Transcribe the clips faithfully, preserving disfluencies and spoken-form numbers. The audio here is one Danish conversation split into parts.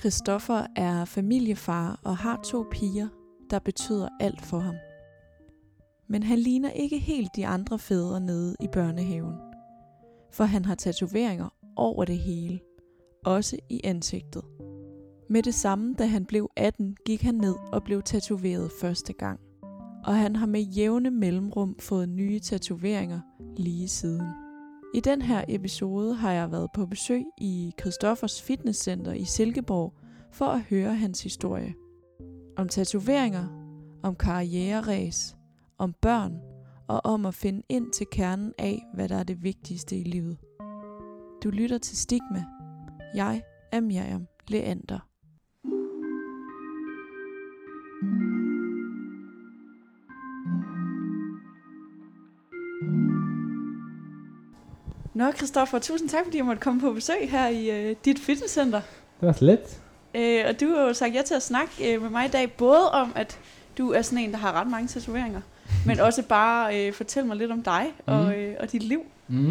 Christoffer er familiefar og har to piger, der betyder alt for ham. Men han ligner ikke helt de andre fædre nede i børnehaven. For han har tatoveringer over det hele, også i ansigtet. Med det samme, da han blev atten, gik han ned og blev tatoveret første gang. Og han har med jævne mellemrum fået nye tatoveringer lige siden. I den her episode har jeg været på besøg i Christoffers fitnesscenter i Silkeborg for at høre hans historie. Om tatoveringer, om karriereræs, om børn og om at finde ind til kernen af, hvad der er det vigtigste i livet. Du lytter til Stigma. Jeg er Miriam Leander. Nå, Christoffer, tusind tak, fordi jeg måtte komme på besøg her i øh, dit fitnesscenter. Det var så let. Øh, og du har jo sagt ja til at snakke øh, med mig i dag, både om, at du er sådan en, der har ret mange tatoveringer, men også bare øh, fortælle mig lidt om dig mm. og, øh, og dit liv. Mm.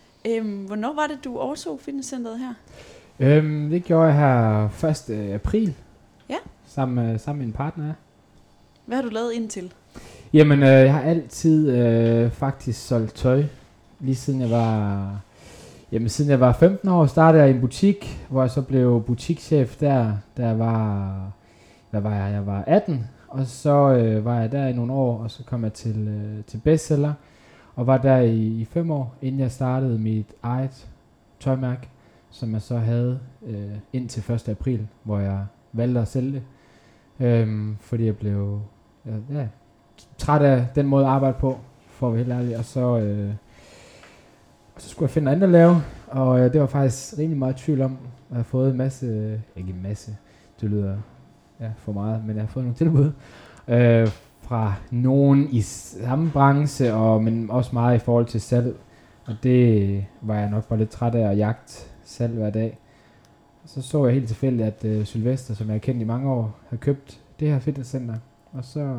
Øh, hvornår var det, du overså fitnesscenteret her? Øhm, det gjorde jeg her første april. Ja. Sammen, sammen med en partner. Hvad har du lavet indtil? Jamen, øh, jeg har altid øh, faktisk solgt tøj. Lige siden jeg var, jamen siden jeg var femten år, startede jeg i en butik, hvor jeg så blev butikschef der, da jeg var, hvad var jeg, jeg var atten, og så øh, var jeg der i nogle år, og så kom jeg til, øh, til bestseller, og var der i, i fem år, inden jeg startede mit eget tøjmærke, som jeg så havde øh, indtil første april, hvor jeg valgte at sælge det, øhm, fordi jeg blev ja, ja, træt af den måde at arbejde på, for at være helt ærlig, og så... Øh, Og så skulle jeg finde noget andet at lave, og øh, det var faktisk rimelig meget tvivl om. Jeg har fået en masse, øh, ikke en masse, det lyder ja, for meget, men jeg har fået nogle tilbud øh, fra nogen i samme branche, og, men også meget i forhold til salg. Og det var jeg nok bare lidt træt af at jagte salg hver dag. Og så så jeg helt tilfældigt, at øh, Sylvester, som jeg har kendt i mange år, havde købt det her fitnesscenter. Og så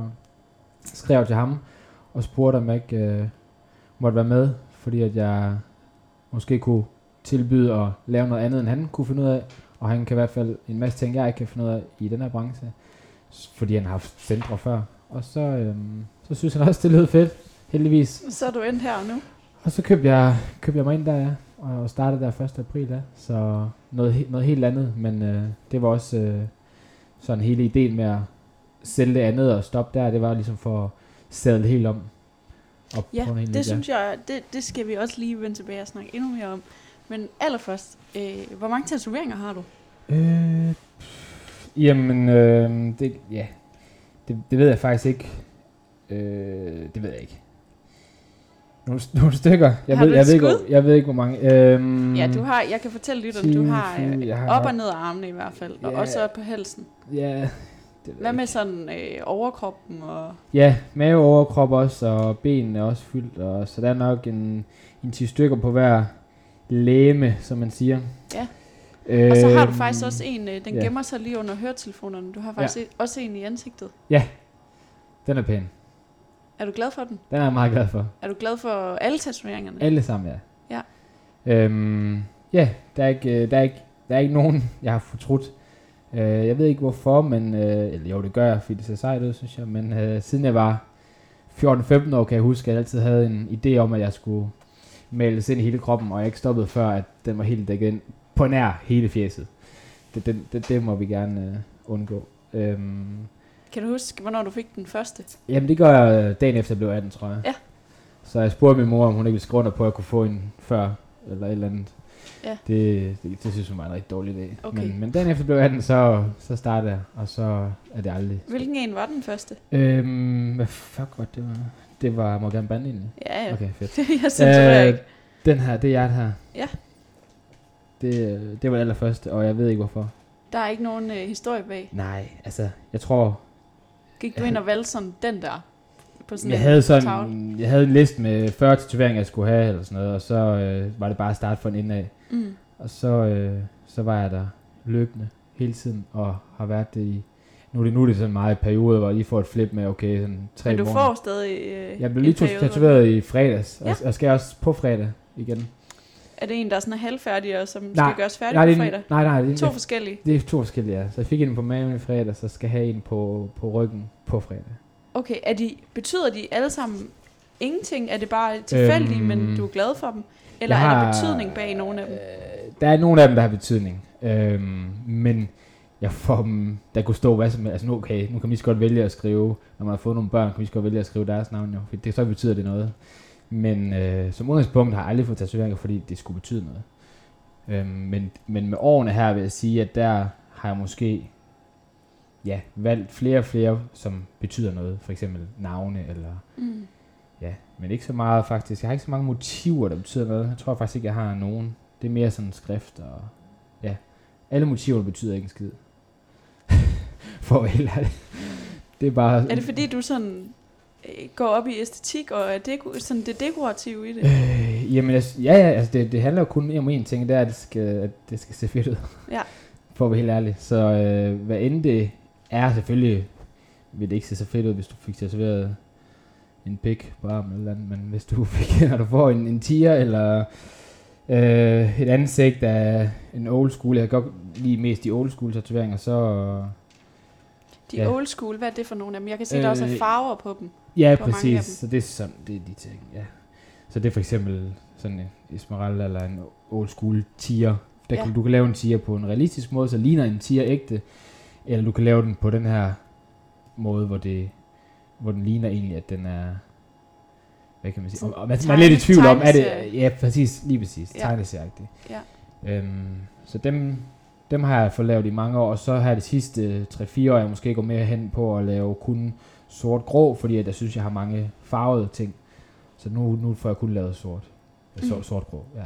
skrev jeg til ham og spurgte, om jeg ikke øh, måtte være med, fordi at jeg måske kunne tilbyde at lave noget andet, end han kunne finde ud af. Og han kan i hvert fald en masse ting, jeg ikke kan finde ud af i den her branche. Fordi han har haft centre før. Og så, øhm, så synes han også, det lød fedt, heldigvis. Så er du endt her nu. Og så købte jeg, købte jeg mig ind der, ja. Og startede der første april, ja. Så noget, noget helt andet. Men øh, det var også øh, sådan hele ideen med at sælge det andet og stoppe der. Det var ligesom for at sadle helt om. Ja, det lidt, synes ja. jeg, det, det skal vi også lige vende tilbage og snakke endnu mere om. Men allerførst, øh, hvor mange tatoveringer har du? Øh, jamen, øh, det, ja, det, det ved jeg faktisk ikke. Øh, det ved jeg ikke. Nogle, nogle stykker. Jeg har ved, du jeg ved, ikke, skud? jeg ved ikke, hvor mange. Øh, ja, du har, jeg kan fortælle lidt om, du har øh, har op og ned af armene i hvert fald, og yeah, også på halsen. Ja. Hvad med sådan øh, overkroppen? Og ja, mave, overkrop også, og benene er også fyldt, og så der er nok en, en ti stykker på hver læme, som man siger. Ja, øh, og så har du øhm, faktisk også en, øh, den ja. gemmer sig lige under høretelefonerne. Du har faktisk ja. også en i ansigtet. Ja, den er pæn. Er du glad for den? Den er jeg meget glad for. Er du glad for alle tatoveringerne? Alle sammen, ja. Ja. Øhm, ja, der er, ikke, der, er ikke, der er ikke nogen, jeg har fortrudt. Uh, jeg ved ikke hvorfor, men uh, eller jo, det gør jeg, fordi det ser sejt ud, synes jeg. Men uh, siden jeg var fjorten femten år, kan jeg huske, at jeg altid havde en idé om, at jeg skulle males ind i hele kroppen, og jeg ikke stoppede før, at den var helt dækket ind på nær hele fjeset. Det, det, det, det må vi gerne uh, undgå. Um, kan du huske, hvornår du fik den første? Jamen, det gør jeg dagen efter jeg blev atten, tror jeg. Ja. Så jeg spurgte min mor, om hun ikke ville skrive under på, at jeg kunne få en før, eller et eller andet. Ja. Det, det, det synes jeg var en rigtig dårlig idé. Okay. Men, men dagen efter blev atten, så, så startede jeg, og så er det aldrig. Hvilken en var den første? Øhm, hvad fuck var det? Var? Det var Morgan Band egentlig. Ja, ja. Okay, fedt. jeg censurerer øh, ikke. Den her, det er hjertet her. Ja. Det, det var det allerførste, og jeg ved ikke hvorfor. Der er ikke nogen øh, historie bag? Nej, altså, jeg tror... Gik du ind og valgte sådan den der? På sådan jeg, havde sådan, jeg havde en liste med fyrre tatoveringer, jeg skulle have, eller sådan noget, og så øh, var det bare at starte fra en ende af. Mm. Og så, øh, så var jeg der løbende hele tiden, og har været det i... Nu er det, nu er det sådan meget i perioder, hvor jeg lige får et flip med, okay, sådan tre måneder. Men du får stadig øh, jeg blev lige tatoveret i fredags, ja. og, og skal også på fredag igen. Er det en, der er sådan halvfærdig, og som nej, skal gøres færdig nej, på det, fredag? Nej, nej. Det, to det, forskellige? Det er to forskellige, ja. Så jeg fik en på maven i fredag, så skal jeg have en på, på ryggen på fredag. Okay, er de, betyder de alle sammen ingenting? Er det bare tilfældigt, øhm, men du er glad for dem? Eller har, er der betydning bag nogle af dem? Øh, der er nogle af dem, der har betydning. Øhm, men jeg får dem, der kunne stå hvad som helst. Altså nu, okay, nu kan vi så godt vælge at skrive, når man har fået nogle børn, kan vi så godt vælge at skrive deres navn jo. For det så betyder det noget. Men øh, som udgangspunkt har jeg aldrig fået tatoveringer, fordi det skulle betyde noget. Øhm, men, men med årene her vil jeg sige, at der har jeg måske ja, valgt flere og flere, som betyder noget. For eksempel navne eller... Mm. Ja, men ikke så meget faktisk. Jeg har ikke så mange motiver, der betyder noget. Jeg tror faktisk ikke, jeg har nogen. Det er mere sådan skrift og... Ja, alle motiver betyder ikke en skid. For at være helt det er bare... Er det fordi, du sådan øh, går op i æstetik og er deko- sådan det dekorative i det? Øh, jamen, altså, ja, ja, altså det, det handler jo kun om én ting, det er, at det skal, at det skal se fedt ud. Ja. For at være helt ærlig. Så øh, hvad end det er, selvfølgelig vil det ikke se så fedt ud, hvis du fik tatoveret en pik på armen eller andet, men hvis du fik, når du får en, en tiger eller øh, et ansigt af en old school, jeg kan godt lide mest de old school tatoveringer, så... De ja. Old school, hvad er det for nogle af dem? Jeg kan se, øh, der også er farver på dem. Ja, præcis, så det er sådan, det er de ting, ja. Så det er for eksempel sådan en Esmeralda eller en old school tiger. Der ja. kan, du kan lave en tiger på en realistisk måde, så ligner en tiger ægte, eller du kan lave den på den her måde, hvor det hvor den ligner egentlig, at den er, hvad kan man sige, og, og man, man er lidt i tvivl om, er det, ja, præcis, lige præcis, ja. Tegneserieagtigt. Ja. Øhm, så dem, dem har jeg fået lavet i mange år, og så har jeg de sidste tre fire år, jeg måske går mere hen på at lave kun sort-grå, fordi at jeg synes, jeg har mange farvede ting. Så nu, nu får jeg kun lavet sort, mm. sort-grå, ja.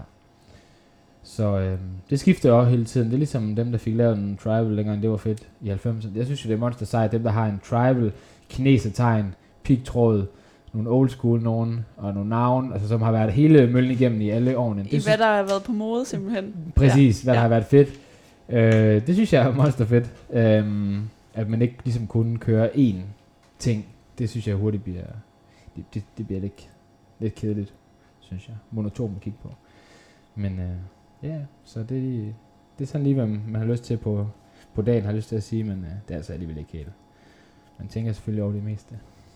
Så øhm, det skifter også hele tiden. Det er ligesom dem, der fik lavet en tribal længere, det var fedt i halvfemserne. Jeg synes jo, det er monster sejt, dem der har en tribal, kinesertegn, pigtråd, nogle old school nogen, og nogle navn, altså som har været hele møllen igennem i alle årene. I det hvad synes, der har været på mode simpelthen. Præcis, ja. hvad der ja. har været fedt. Øh, det synes jeg er monster fedt. Øh, at man ikke ligesom kun kører én ting. Det synes jeg hurtigt bliver, det, det, det bliver lidt, lidt kedeligt, synes jeg. Monoton at kigge på. Men øh, ja, yeah, så det, det er sådan lige, hvad man har lyst til på, på dagen, har lyst til at sige, men øh, det er altså alligevel ikke helt. Man tænker selvfølgelig over det meste.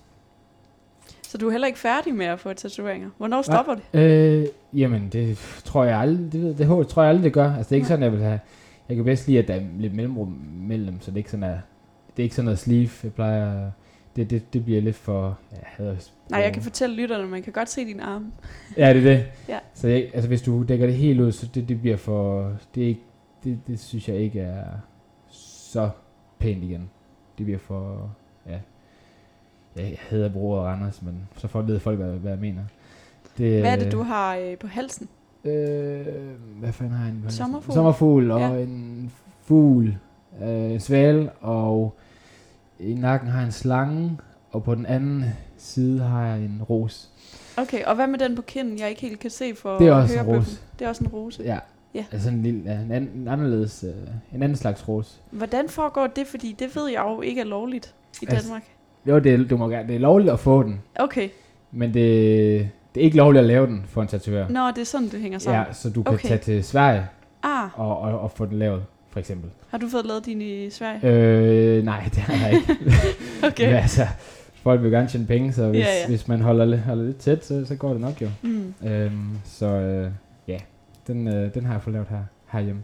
Så du er heller ikke færdig med at få tatoveringer? Hvornår stopper det? Øh, jamen, det tror jeg aldrig, det, det, det tror jeg aldrig, det gør. Altså, det er ikke sådan, jeg vil have... Jeg kan bedst lide, at der er lidt mellemrum mellem dem, så det er ikke sådan, at, det er ikke sådan noget sleeve. Jeg plejer... Det, det, det bliver lidt for... Ja, jeg Nej, jeg kan fortælle lytterne, man kan godt se dine arme. Ja, det er det. Ja. Så jeg, altså, hvis du dækker det helt ud, så det, det bliver for... Det, er ikke, det, det synes jeg ikke er så pænt igen. Det bliver for... Ja, jeg hader Bror og Randers, men så får ved folk, hvad, hvad jeg mener. Det, hvad er det, du har øh, på halsen? Øh, hvad fanden har jeg en? Sommerfugl. Sommerfugl og ja. en fugl, øh, en svale, og i nakken har jeg en slange, og på den anden side har jeg en ros. Okay, og hvad med den på kinden, jeg ikke helt kan se for det er også en ros. Det er også en rose. Ja. Ja. Altså en lille, ja, en, anden, en anderledes, øh, en anden slags ros. Hvordan foregår det, fordi det ved jeg jo ikke er lovligt i altså, Danmark? Jo, det er, du må gerne, det er lovligt at få den. Okay. Men det, det er ikke lovligt at lave den for en tatovør. Nå, det er sådan, det hænger sammen. Ja, så du kan okay. tage til Sverige ah. og, og, og få den lavet, for eksempel. Har du fået lavet din i Sverige? Øh, nej, det har jeg ikke. Okay. Men altså, folk vil gerne tjene penge, så hvis, ja, ja. hvis man holder, holder lidt tæt, så, så går det nok jo. Mm. Øhm, så øh, ja, den, øh, den har jeg fået lavet her, herhjemme.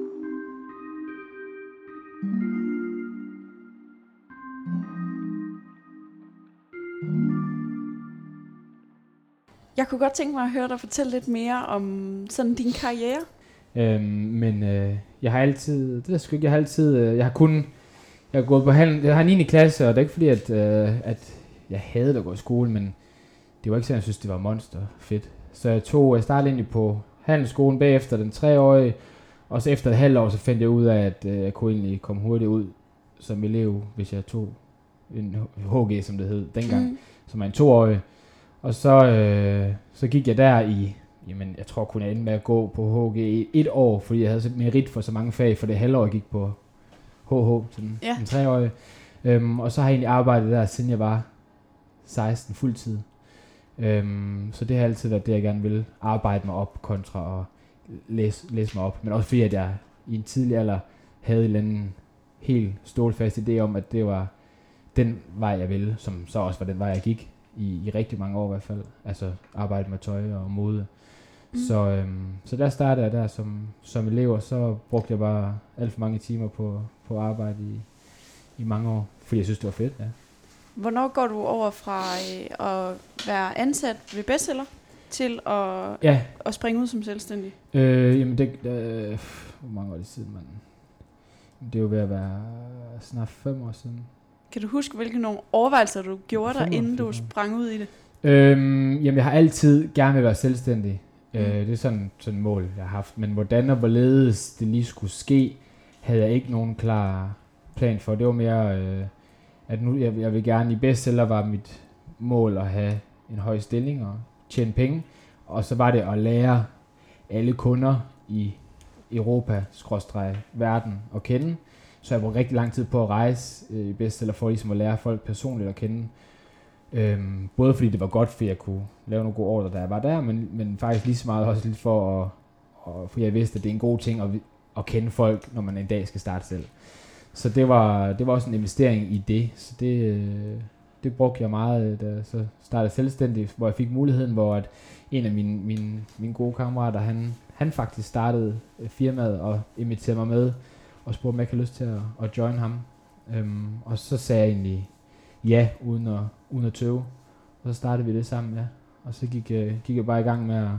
Jeg kunne godt tænke mig at høre dig fortælle lidt mere om sådan din karriere. Øhm, men øh, jeg har altid, det er sgu ikke, jeg har altid, øh, jeg har kun, jeg har gået på handel, jeg har niende klasse, og det er ikke fordi, at, øh, at jeg havde at gå i skole, men det var ikke sådan, jeg synes, det var monster fedt. Så jeg tog, jeg startede egentlig på handelsskolen bagefter den treårige, og så efter et halvt år, så fandt jeg ud af, at øh, jeg kunne egentlig komme hurtigt ud som elev, hvis jeg tog en H G, som det hed dengang, mm. som er en toårig. Og så, øh, så gik jeg der i, jamen jeg tror kun jeg endte med at gå på H G i et år, fordi jeg havde så merit for så mange fag, for det halvår jeg gik på H H, den, ja. den treårige. Øhm, og så har jeg egentlig arbejdet der, siden jeg var seksten fuldtid. Øhm, så det har altid været det, jeg gerne vil arbejde mig op kontra og læse, læse mig op. Men også fordi, at jeg i en tidlig alder havde en eller anden helt stålfast idé om, at det var den vej, jeg ville, som så også var den vej, jeg gik i, i rigtig mange år i hvert fald. Altså arbejde med tøj og mode. Mm. Så, øhm, så der startede jeg der som, som elev, og så brugte jeg bare alt for mange timer på, på arbejde i, i mange år, fordi jeg synes, det var fedt, ja. Hvornår går du over fra øh, at være ansat ved Bestseller til at, ja. at springe ud som selvstændig? Øh, jamen, det, øh, hvor mange år er det siden, man? Det er jo ved at være snart fem år siden. Kan du huske, hvilke nogle overvejelser du gjorde dig, inden du sprang ud i det? Øhm, jamen, jeg har altid gerne vil være selvstændig. Mm. Øh, det er sådan, sådan et mål, jeg har haft. Men hvordan og hvorledes det lige skulle ske, havde jeg ikke nogen klar plan for. Det var mere, øh, at nu jeg, jeg vil gerne i bestseller var mit mål at have en høj stilling og tjene penge. Og så var det at lære alle kunder i Europa, skråstreg, verden at kende. Så jeg brugte rigtig lang tid på at rejse øh, i bestseller for ligesom at lære folk personligt at kende. Øhm, både fordi det var godt, fordi jeg kunne lave nogle gode ordre, da jeg var der, men, men faktisk lige så meget også lidt for at, og, fordi jeg vidste, at det er en god ting at, at kende folk, når man en dag skal starte selv. Så det var, det var også en investering i det, så det, det brugte jeg meget, da jeg så startede selvstændigt, hvor jeg fik muligheden, hvor at en af mine, mine, mine gode kammerater, han, han faktisk startede firmaet og inviterede mig med, og spurgte, om jeg havde lyst til at, at join ham. Øhm, og så sagde jeg egentlig ja, uden at, uden at tøve. Og så startede vi det sammen, ja. Og så gik, øh, gik jeg bare i gang med at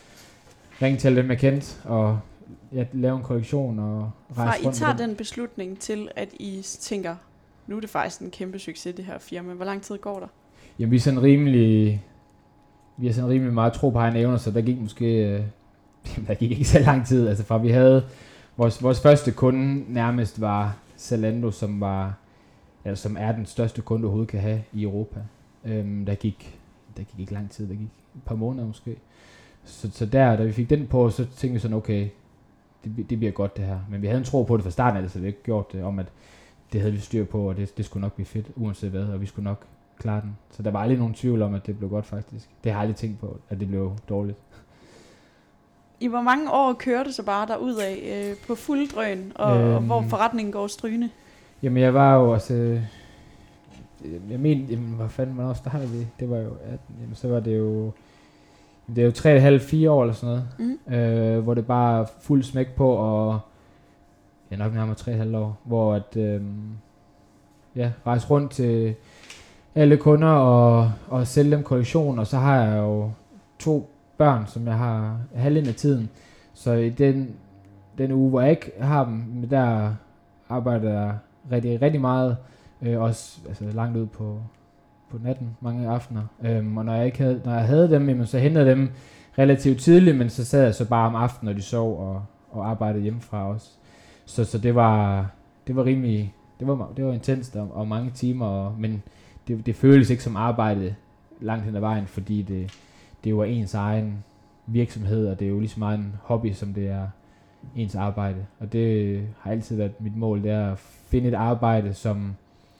ringe til alle dem, jeg kendte, og ja, lave en kollektion og rejse rundt. Fra I tager den beslutning til, at I tænker, nu er det faktisk en kæmpe succes, det her firma. Hvor lang tid går der? Jamen, vi er sådan rimelig, vi har sådan rimelig meget tro på egen evner, så der gik måske, øh, der gik ikke så lang tid. Altså fra vi havde, vores, vores første kunde nærmest var Zalando, som var, eller som er den største kunde, du overhovedet kan have i Europa. Øhm, der gik, der gik ikke lang tid, der gik et par måneder måske. Så, så der, da vi fik den på, så tænkte vi sådan, okay, det, det bliver godt det her. Men vi havde en tro på det fra starten, altså vi havde ikke gjort det, om at det havde vi styr på, og det, det skulle nok blive fedt, uanset hvad, og vi skulle nok klare den. Så der var aldrig nogen tvivl om, at det blev godt faktisk. Det har jeg aldrig tænkt på, at det blev dårligt. I hvor mange år kører det så bare derudad øh, på fuld drøn, og, øhm, og hvor forretningen går strygende? Jamen jeg var jo også, øh, jeg mener, jamen, hvad fanden, hvornår startede vi? Det var jo atten, jamen, så var det jo, det er jo tre og et halvt, fire år eller sådan noget, mm. øh, hvor det bare fuld smæk på, og ja, nok nærmere tre og et halvt år, hvor at, øh, ja, rejse rundt til alle kunder og, og sælge dem kollektion, og så har jeg jo to børn, som jeg har halvdelen af tiden, så i den, den uge, hvor jeg ikke har dem, der arbejder jeg rigtig, rigtig meget, øh, også altså, langt ud på, på natten, mange aftener. Øhm, og når jeg, ikke havde, når jeg havde dem, jamen, så hentede jeg dem relativt tidligt, men så sad jeg så bare om aftenen, når de sov, og, og arbejdede hjemmefra også. Så, så det var, det var rimelig, det var, det var intenst og, og mange timer, og, men det, det føles ikke som arbejde langt hen ad vejen, fordi det, det jo er ens egen virksomhed, og det er jo lige så meget en hobby, som det er ens arbejde. Og det har altid været mit mål, det er at finde et arbejde, som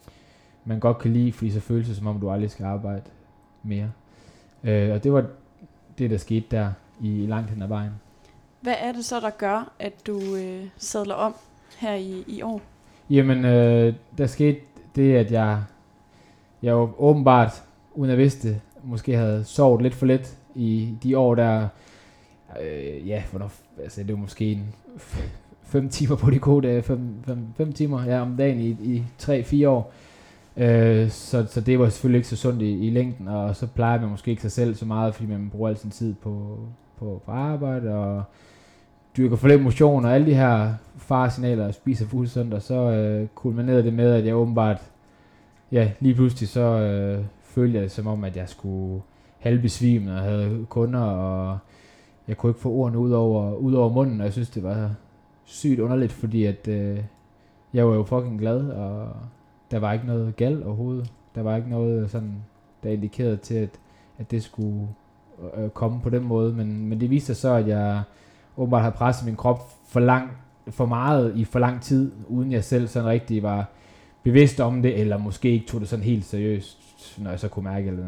man godt kan lide, fordi så føles det, som om du aldrig skal arbejde mere. Øh, og det var det, der skete der i, i langt hen ad vejen. Hvad er det så, der gør, at du øh, sadler om her i, i år? Jamen, øh, der skete det, at jeg, jeg jo åbenbart, uden at vidste det, måske havde sovet lidt for lidt i de år der. Øh, ja, hvornår, altså det var måske en f- fem timer på de gode dage, fem, fem, fem timer ja, om dagen i, i tre fire år. Øh, så, så det var selvfølgelig ikke så sundt i, i længden, og så plejer man måske ikke sig selv så meget, fordi man bruger al sin tid på, på, på arbejde, og dyrker for lidt motion, og alle de her faresignaler, og spiser fuldstændig, og så øh, kulminerede det med, at jeg åbenbart, ja, lige pludselig så øh, følte jeg det som om, at jeg skulle halvbesvime, og havde kunder, og jeg kunne ikke få ordene ud over, ud over munden, og jeg synes, det var sygt underligt, fordi at øh, jeg var jo fucking glad, og der var ikke noget galt overhovedet. Der var ikke noget sådan, der indikerede til, at, at det skulle øh, komme på den måde, men, men det viste sig så, at jeg åbenbart havde presset min krop for, lang, for meget i for lang tid, uden jeg selv sådan rigtig var bevidst om det, eller måske ikke tog det sådan helt seriøst, når jeg så kunne mærke eller andet.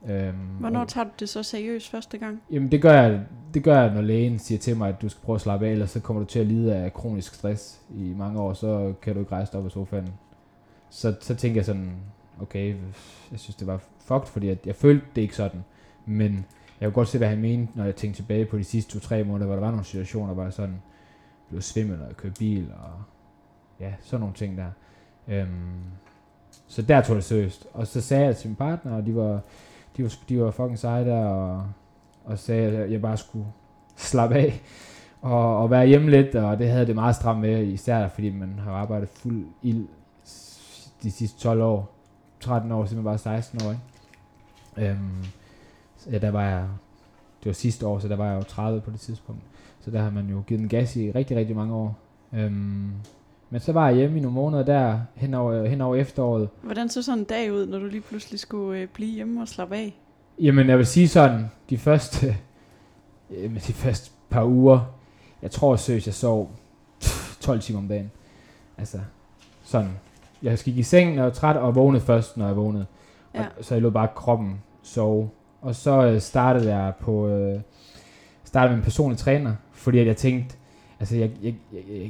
Øhm, Hvornår og, tager du det så seriøst første gang? Jamen det gør, jeg, det gør jeg, når lægen siger til mig, at du skal prøve at slappe af, ellers så kommer du til at lide af kronisk stress i mange år, så kan du ikke rejse dig op af sofaen. Så, så tænker jeg sådan, okay, jeg synes det var fucked, fordi jeg, jeg følte det ikke sådan, men jeg kunne godt se, hvad han mente, når jeg tænkte tilbage på de sidste to-tre måneder, hvor der var nogle situationer, hvor jeg sådan blev svimmel, når jeg kørte bil, og ja, sådan nogle ting der. Øhm, så der tog det seriøst. Og så sagde jeg til min partner, og de var, de var, de var fucking seje der, og, og sagde, at jeg bare skulle slappe af, og, og være hjemme lidt, og det havde det meget stramt med, især fordi man har arbejdet fuld ild de sidste tolv år, tretten år, siden man var seksten år, ikke? Øhm, ja, der var jeg, det var sidste år, så der var jeg jo tredive på det tidspunkt, så der har man jo givet en gas i rigtig, rigtig mange år. Øhm, men så var jeg hjemme i nogle måneder der, hen over, hen over efteråret. Hvordan så sådan en dag ud, når du lige pludselig skulle øh, blive hjemme og slappe af? Jamen, jeg vil sige sådan, de første, øh, de første par uger, jeg tror seriøst, jeg sov tolv timer om dagen. Altså, sådan. Jeg gik i seng, når jeg var træt, og vågnede først, når jeg vågnede. Ja. Og, så jeg lod bare kroppen sove. Og så øh, startede jeg på, øh, startede med en personlig træner, fordi at jeg tænkte, altså jeg, jeg, jeg, jeg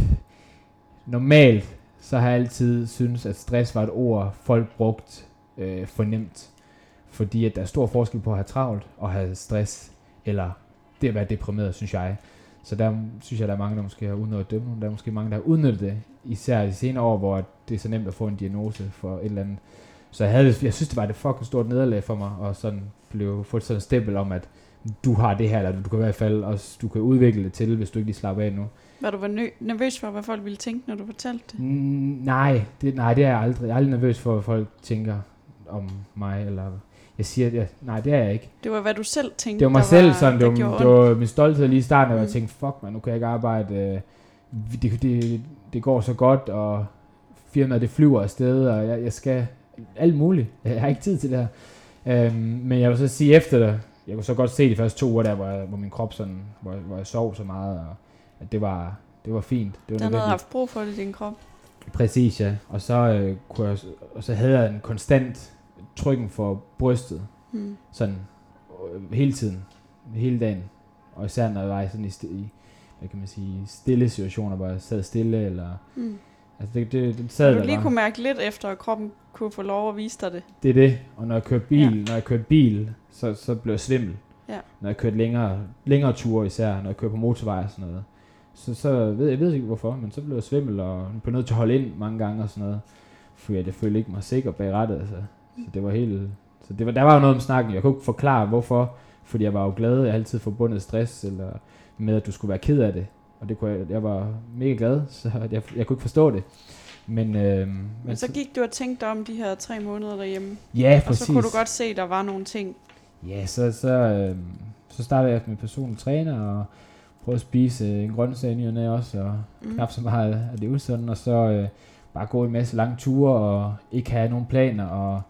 normalt, så har jeg altid syntes, at stress var et ord, folk brugt øh, for nemt. Fordi at der er stor forskel på at have travlt og have stress, eller det at være deprimeret, synes jeg. Så der synes jeg, der er mange, der måske har udnyttet det. Der er måske mange, der har udnyttet det, især i senere år, hvor det er så nemt at få en diagnose for et eller andet. Så jeg, havde, jeg synes, det var et fucking stort nederlag for mig, og sådan blev fået sådan et stempel om, at du har det her, eller du kan i hvert fald også, du kan udvikle det til, hvis du ikke lige slapper af nu. Var du nervøs for, hvad folk ville tænke, når du fortalte det? Mm, nej, det, nej, det er jeg aldrig. Jeg er aldrig nervøs for, hvad folk tænker om mig, eller jeg siger, ja, nej, det er jeg ikke. Det var, hvad du selv tænkte. Det var mig selv, var, sådan, det, det, var, det var min stolthed lige i starten, hvor mm. jeg tænkte, fuck man, nu kan jeg ikke arbejde, øh, det, det, det går så godt, og firmaet det flyver afsted, og jeg, jeg skal alt muligt. Jeg har ikke tid til det her. Øhm, men jeg vil så sige efter det, jeg kunne så godt se de første to uger der, hvor, jeg, hvor min krop sådan, hvor, hvor jeg sov så meget, og at det var, det var fint. Det var den havde haft brug for det, din krop. Præcis, ja. Og så, øh, kunne jeg, og så havde jeg en konstant trykken for brystet, hmm. sådan øh, hele tiden, hele dagen. Og især når jeg var sådan i, st- i hvad kan man sige, stille situationer, hvor jeg sad stille, eller hmm. altså det, det, det sad du der lige bare. Kunne mærke lidt efter, at kroppen kunne få lov at vise dig det. Det er det. Og når jeg kørte bil, ja. når jeg kørte bil, så, så blev jeg svimmel. Ja. Når jeg kørte længere, længere ture især, når jeg kørte på motorvej og sådan noget. Så, så ved jeg ved ikke hvorfor, men så blev jeg svimmel, og blev nødt til at holde ind mange gange og sådan noget. Fordi jeg følte ikke mig sikker bag rattet, altså. Så det var helt, så det var, der var jo noget om snakken. Jeg kunne ikke forklare hvorfor, fordi jeg var jo glad. Jeg har altid forbundet stress eller med at du skulle være ked af det, og det kunne jeg, jeg var mega glad, så jeg, jeg kunne ikke forstå det. Men, øh, men, men så gik du og tænkte om de her tre måneder derhjemme. Ja, præcis. Og så kunne du godt se, at der var nogle ting. Ja, så så øh, så startede jeg med personlig træner og prøvede at spise en grøntsag ny og næ også, og mm. knap så meget af det usunde, og så øh, bare gå en masse lange ture og ikke have nogen planer, og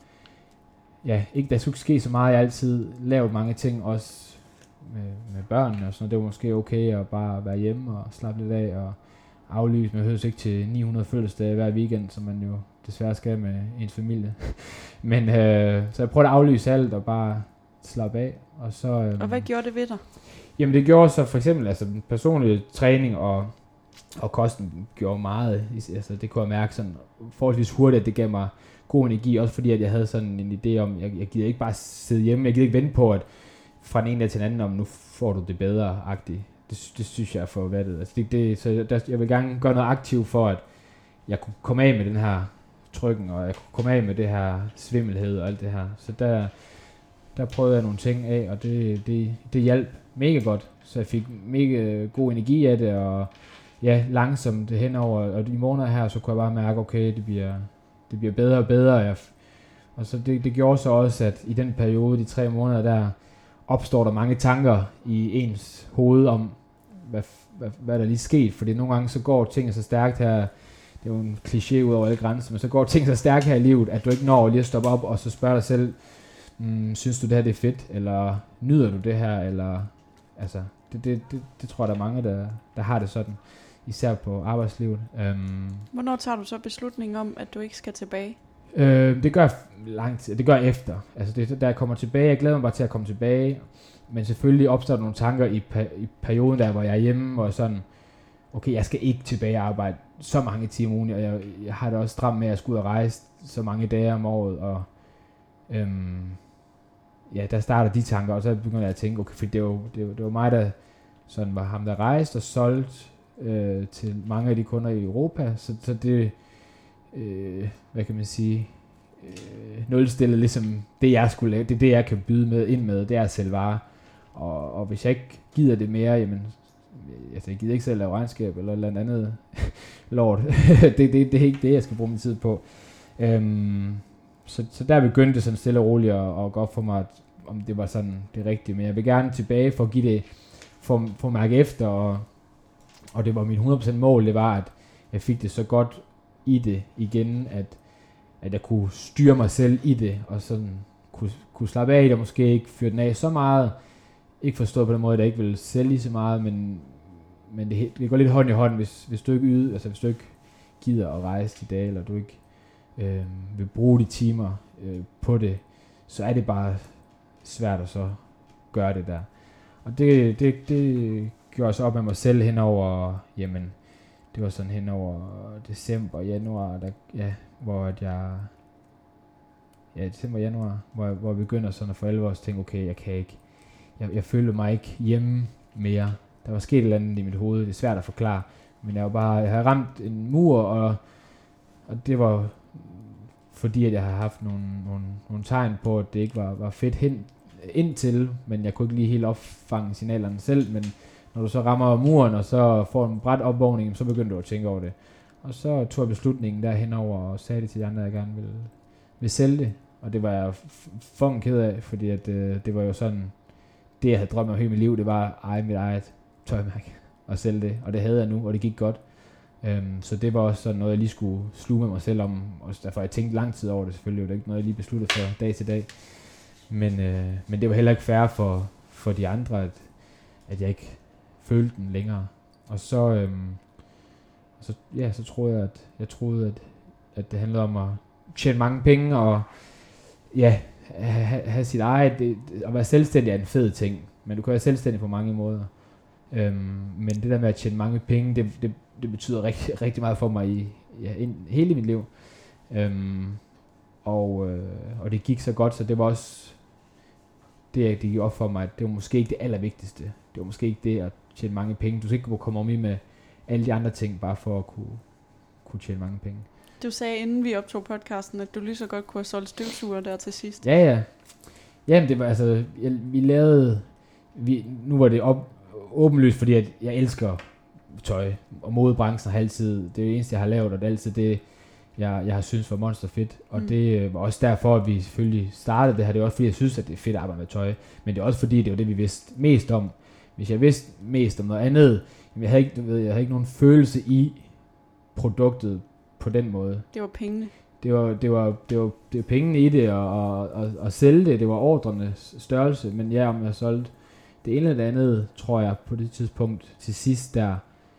ja, ikke, der skulle ikke ske så meget. Jeg har altid lavet mange ting, også med, med børnene og sådan noget. Det var måske okay at bare være hjemme og slappe lidt af og aflyse. Man høres ikke til ni hundrede fødselsdage hver weekend, som man jo desværre skal med ens familie. Men øh, så jeg prøvede at aflyse alt og bare slappe af. Og, så, øh, og hvad gjorde det ved dig? Jamen det gjorde så for eksempel altså personlig træning og, og kosten gjorde meget. Altså det kunne jeg mærke sådan forholdsvis hurtigt, at det gav mig god energi, også fordi at jeg havde sådan en idé om, jeg, jeg gider ikke bare sidde hjemme, jeg gider ikke vente på, at fra den ene dag til den anden, om nu får du det bedre-agtigt. Det, det synes jeg er for vattet. Altså det, det, så der, jeg vil gerne gøre noget aktivt for, at jeg kunne komme af med den her trykken, og jeg kunne komme af med det her svimmelhed og alt det her. Så der, der prøvede jeg nogle ting af, og det, det, det hjalp mega godt. Så jeg fik mega god energi af det, og ja, langsomt henover, og i måneder her, så kunne jeg bare mærke, okay, det bliver, det bliver bedre og bedre. Jeg, og så det, det gjorde så også, at i den periode, de tre måneder der, opstår der mange tanker i ens hoved om, hvad, hvad, hvad der lige skete. Fordi nogle gange så går ting så stærkt her, det er jo en kliché ud over alle grænser, men så går ting så stærkt her i livet, at du ikke når lige at stoppe op og så spørge dig selv, mm, synes du det her det er fedt, eller nyder du det her, eller altså, det, det, det, det tror jeg der er mange, der, der har det sådan, især på arbejdslivet. Um, Hvornår tager du så beslutningen om, at du ikke skal tilbage? Øh, det gør jeg lang tid. Det gør jeg efter. Altså det, da jeg kommer tilbage, jeg glæder mig bare til at komme tilbage. Men selvfølgelig opstår der nogle tanker i, per, i perioden der, hvor jeg er hjemme, og sådan, okay, jeg skal ikke tilbage og arbejde så mange timer ugen, og jeg, jeg har det også stramt med, at jeg skal ud og rejse så mange dage om året, og øhm, ja, der starter de tanker, og så begynder jeg at tænke, okay, for det var, det var, det var mig, der sådan var ham, der rejste og solgte øh, til mange af de kunder i Europa, så, så det, øh, hvad kan man sige, øh, nulstillet ligesom det, jeg skulle lave, det er det, jeg kan byde med ind med, det er at sælge varer, og, og hvis jeg ikke gider det mere, jamen, altså jeg gider ikke selv lave regnskab eller noget andet lort. det, det, det er ikke det, jeg skal bruge min tid på. Øhm, så, så der begyndte det sådan stille og roligt at, at gå op for mig, at, om det var sådan det rigtige. Men jeg vil gerne tilbage for at give det, for, for at mærke efter, og, og det var mit hundrede procent mål, det var, at jeg fik det så godt i det igen, at, at jeg kunne styre mig selv i det, og sådan kunne, kunne slappe af i det, og måske ikke fyre den af så meget. Ikke forstået på den måde, at jeg ikke vil sælge så meget, men, men det, det går lidt hånd i hånd, hvis, hvis du ikke yder, altså hvis du ikke gider at rejse de dage, eller du ikke øh, vil bruge de timer øh, på det, så er det bare svært at så gøre det der. Og det, det, det gjorde jeg så op med mig selv henover, jamen, det var sådan henover december, januar, der, ja, hvor at jeg, ja, december, januar, hvor jeg, hvor jeg begynder sådan at for alvor at tænke, okay, jeg kan ikke, Jeg, jeg følte mig ikke hjemme mere. Der var sket et eller andet i mit hoved. Det er svært at forklare. Men jeg var bare, jeg havde ramt en mur, og, og det var fordi, at jeg havde haft nogle, nogle, nogle tegn på, at det ikke var, var fedt hen, indtil, men jeg kunne ikke lige helt opfange signalerne selv. Men når du så rammer muren, og så får en brat opvågning, så begyndte du at tænke over det. Og så tog jeg beslutningen der henover, og sagde det til de andre, at jeg gerne ville, ville sælge det. Og det var jeg fucking ked af, fordi at, øh, det var jo sådan, det jeg havde drømt om hele mit liv, det var at eje mit eget tøjmærke og sælge det, og det havde jeg nu, og det gik godt. Um, så det var også sådan noget, jeg lige skulle sluge med mig selv om, og derfor jeg tænkte lang tid over det selvfølgelig, det var ikke noget, jeg lige besluttede fra dag til dag. Men, øh, men det var heller ikke fair for, for de andre, at, at jeg ikke følte den længere. Og så, øhm, så, ja, så troede jeg, at, jeg troede, at, at det handlede om at tjene mange penge, og ja, have, have sit eget. Det, at være selvstændig er en fed ting, men du kan være selvstændig på mange måder. Øhm, men det der med at tjene mange penge, det, det, det betyder rigtig, rigtig meget for mig i ja, in, hele mit liv. Øhm, og, øh, og det gik så godt, så det var også det, det gik op for mig, at det var måske ikke det allervigtigste. Det var måske ikke det at tjene mange penge. Du skal ikke kunne komme om i med alle de andre ting, bare for at kunne, kunne tjene mange penge. Du sagde, inden vi optog podcasten, at du lige så godt kunne have solgt støvsuger der til sidst. Ja, ja. Jamen, det var altså, jeg, vi lavede, vi, nu var det op, åbenlyst, fordi at jeg elsker tøj, og modebranchen har altid, det er det eneste, jeg har lavet, og det er altid det, jeg, jeg har synes var monster fedt. Og mm. det var også derfor, at vi selvfølgelig startede det her. Det er også fordi, jeg synes, at det er fedt at arbejde med tøj. Men det er også fordi, det var det, vi vidste mest om. Hvis jeg vidste mest om noget andet, jeg havde ikke, du ved, jeg havde ikke nogen følelse i produktet på den måde. Det var pengene. Det var, det var, det var, det var pengene i det, og, og, og, og sælge det. Det var ordrenes størrelse. Men ja, om jeg solgte det ene eller det andet, tror jeg på det tidspunkt til sidst der,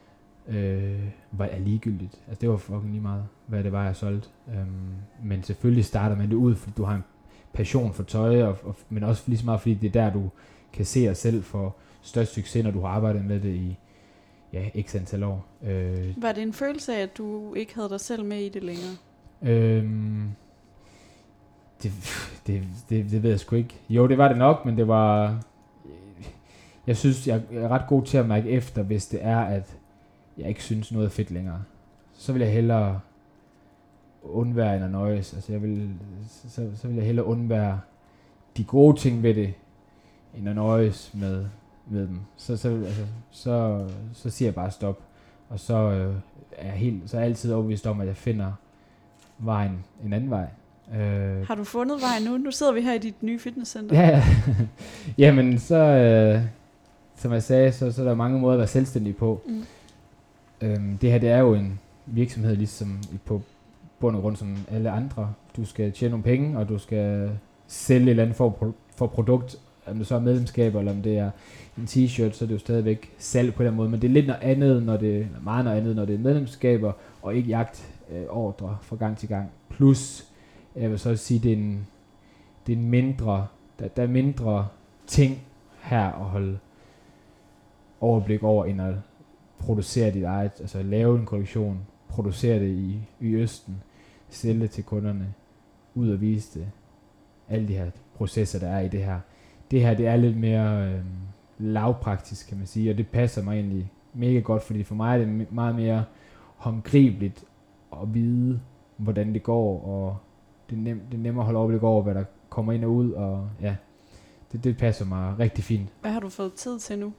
øh, var jeg ligegyldigt. Altså det var fucking lige meget, hvad det var, jeg solgte. Um, men selvfølgelig starter man det ud, fordi du har en passion for tøj, og, og, men også lige så meget, fordi det er der, du kan se dig selv for størst succes, når du har arbejdet med det i ja, x antal år. Øh, var det en følelse af, at du ikke havde dig selv med i det længere? Øhm, det, det, det, det ved jeg sgu ikke. Jo, det var det nok, men det var... Jeg synes, jeg er ret god til at mærke efter, hvis det er, at jeg ikke synes noget er fedt længere. Så vil jeg hellere undvære end at nøjes. Altså, jeg vil, så, så vil jeg hellere undvære de gode ting ved det, end at nøjes med, med dem. Så, så, altså, så, så siger jeg bare stop. Og så, øh, er jeg helt, så er jeg altid overbevist om, at jeg finder vejen en anden vej. Øh, Har du fundet vejen nu? Nu sidder vi her i dit nye fitnesscenter. Ja, ja. Jamen, så, øh, som jeg sagde, så, så er der mange måder at være selvstændig på. Mm. Øhm, det her, det er jo en virksomhed, ligesom på bund og grund som alle andre. Du skal tjene nogle penge, og du skal sælge et eller andet for, for produkt. Om det så er medlemskab, eller om det er en t-shirt, så er det jo stadigvæk salg på den måde. Men det er lidt noget andet, når det, meget noget andet, når det er medlemskaber, og ikke jagt øh, ordre fra gang til gang. Plus, jeg vil så sige, det er en, det er en mindre, der, der er mindre ting her at holde overblik over, end at producere dit eget, altså lave en kollektion, producere det i, i Østen, sælge det til kunderne, ud og vise det, alle de her processer, der er i det her. Det her, det er lidt mere øh, lavpraktisk, kan man sige, og det passer mig egentlig mega godt, fordi for mig er det meget mere håndgribeligt at vide, hvordan det går, og det er, nem, det er nemmere at holde overblik over, hvad der kommer ind og ud, og ja, det, det passer mig rigtig fint. Hvad har du fået tid til nu?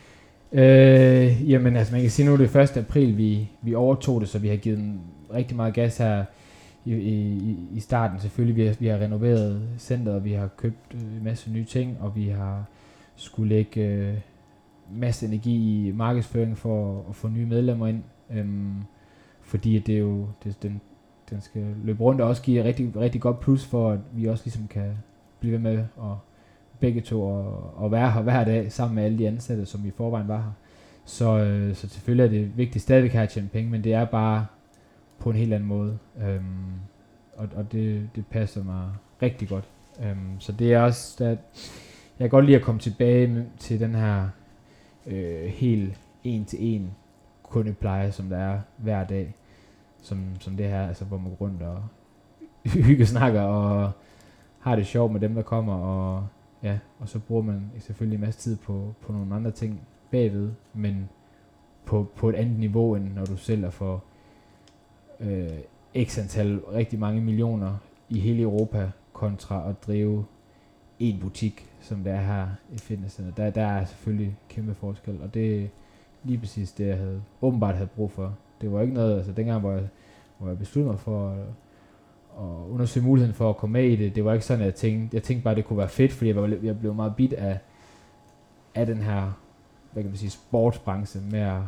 Øh, jamen altså, man kan sige nu, det er første april, vi, vi overtog det, så vi har givet den rigtig meget gas her i, i, i starten. Selvfølgelig, vi har, vi har renoveret centret, vi har købt en masse nye ting, og vi har skulle lægge øh, masse energi i markedsføring for at få nye medlemmer ind, øhm, fordi det er jo, det, den, den skal løbe rundt og også give et rigtig, rigtig godt plus for, at vi også ligesom kan blive ved med at begge to og, og være her hver dag sammen med alle de ansatte, som i forvejen var her. Så, øh, så selvfølgelig er det vigtigt stadigvæk at tjene penge, men det er bare på en helt anden måde. Øhm, og og det, det passer mig rigtig godt. Øhm, så det er også, der, jeg kan godt lide at komme tilbage til den her øh, helt en til en kundepleje, som der er hver dag, som, som det her, altså hvor man går rundt og hygge snakker og har det sjovt med dem, der kommer, og ja, og så bruger man selvfølgelig en masse tid på, på nogle andre ting bagved, men på, på et andet niveau, end når du sælger for øh, x antal, rigtig mange millioner i hele Europa, kontra at drive en butik, som det er her i fitnesscenter. Der, der er selvfølgelig kæmpe forskel, og det er lige præcis det, jeg havde, åbenbart havde brug for. Det var ikke noget, altså dengang, hvor jeg, hvor jeg besluttede mig for at, at undersøge muligheden for at komme med i det, det var ikke sådan, at jeg tænkte, jeg tænkte bare, at det kunne være fedt, fordi jeg, var, jeg blev meget bit af, af den her, hvad kan man sige, sportsbranche med at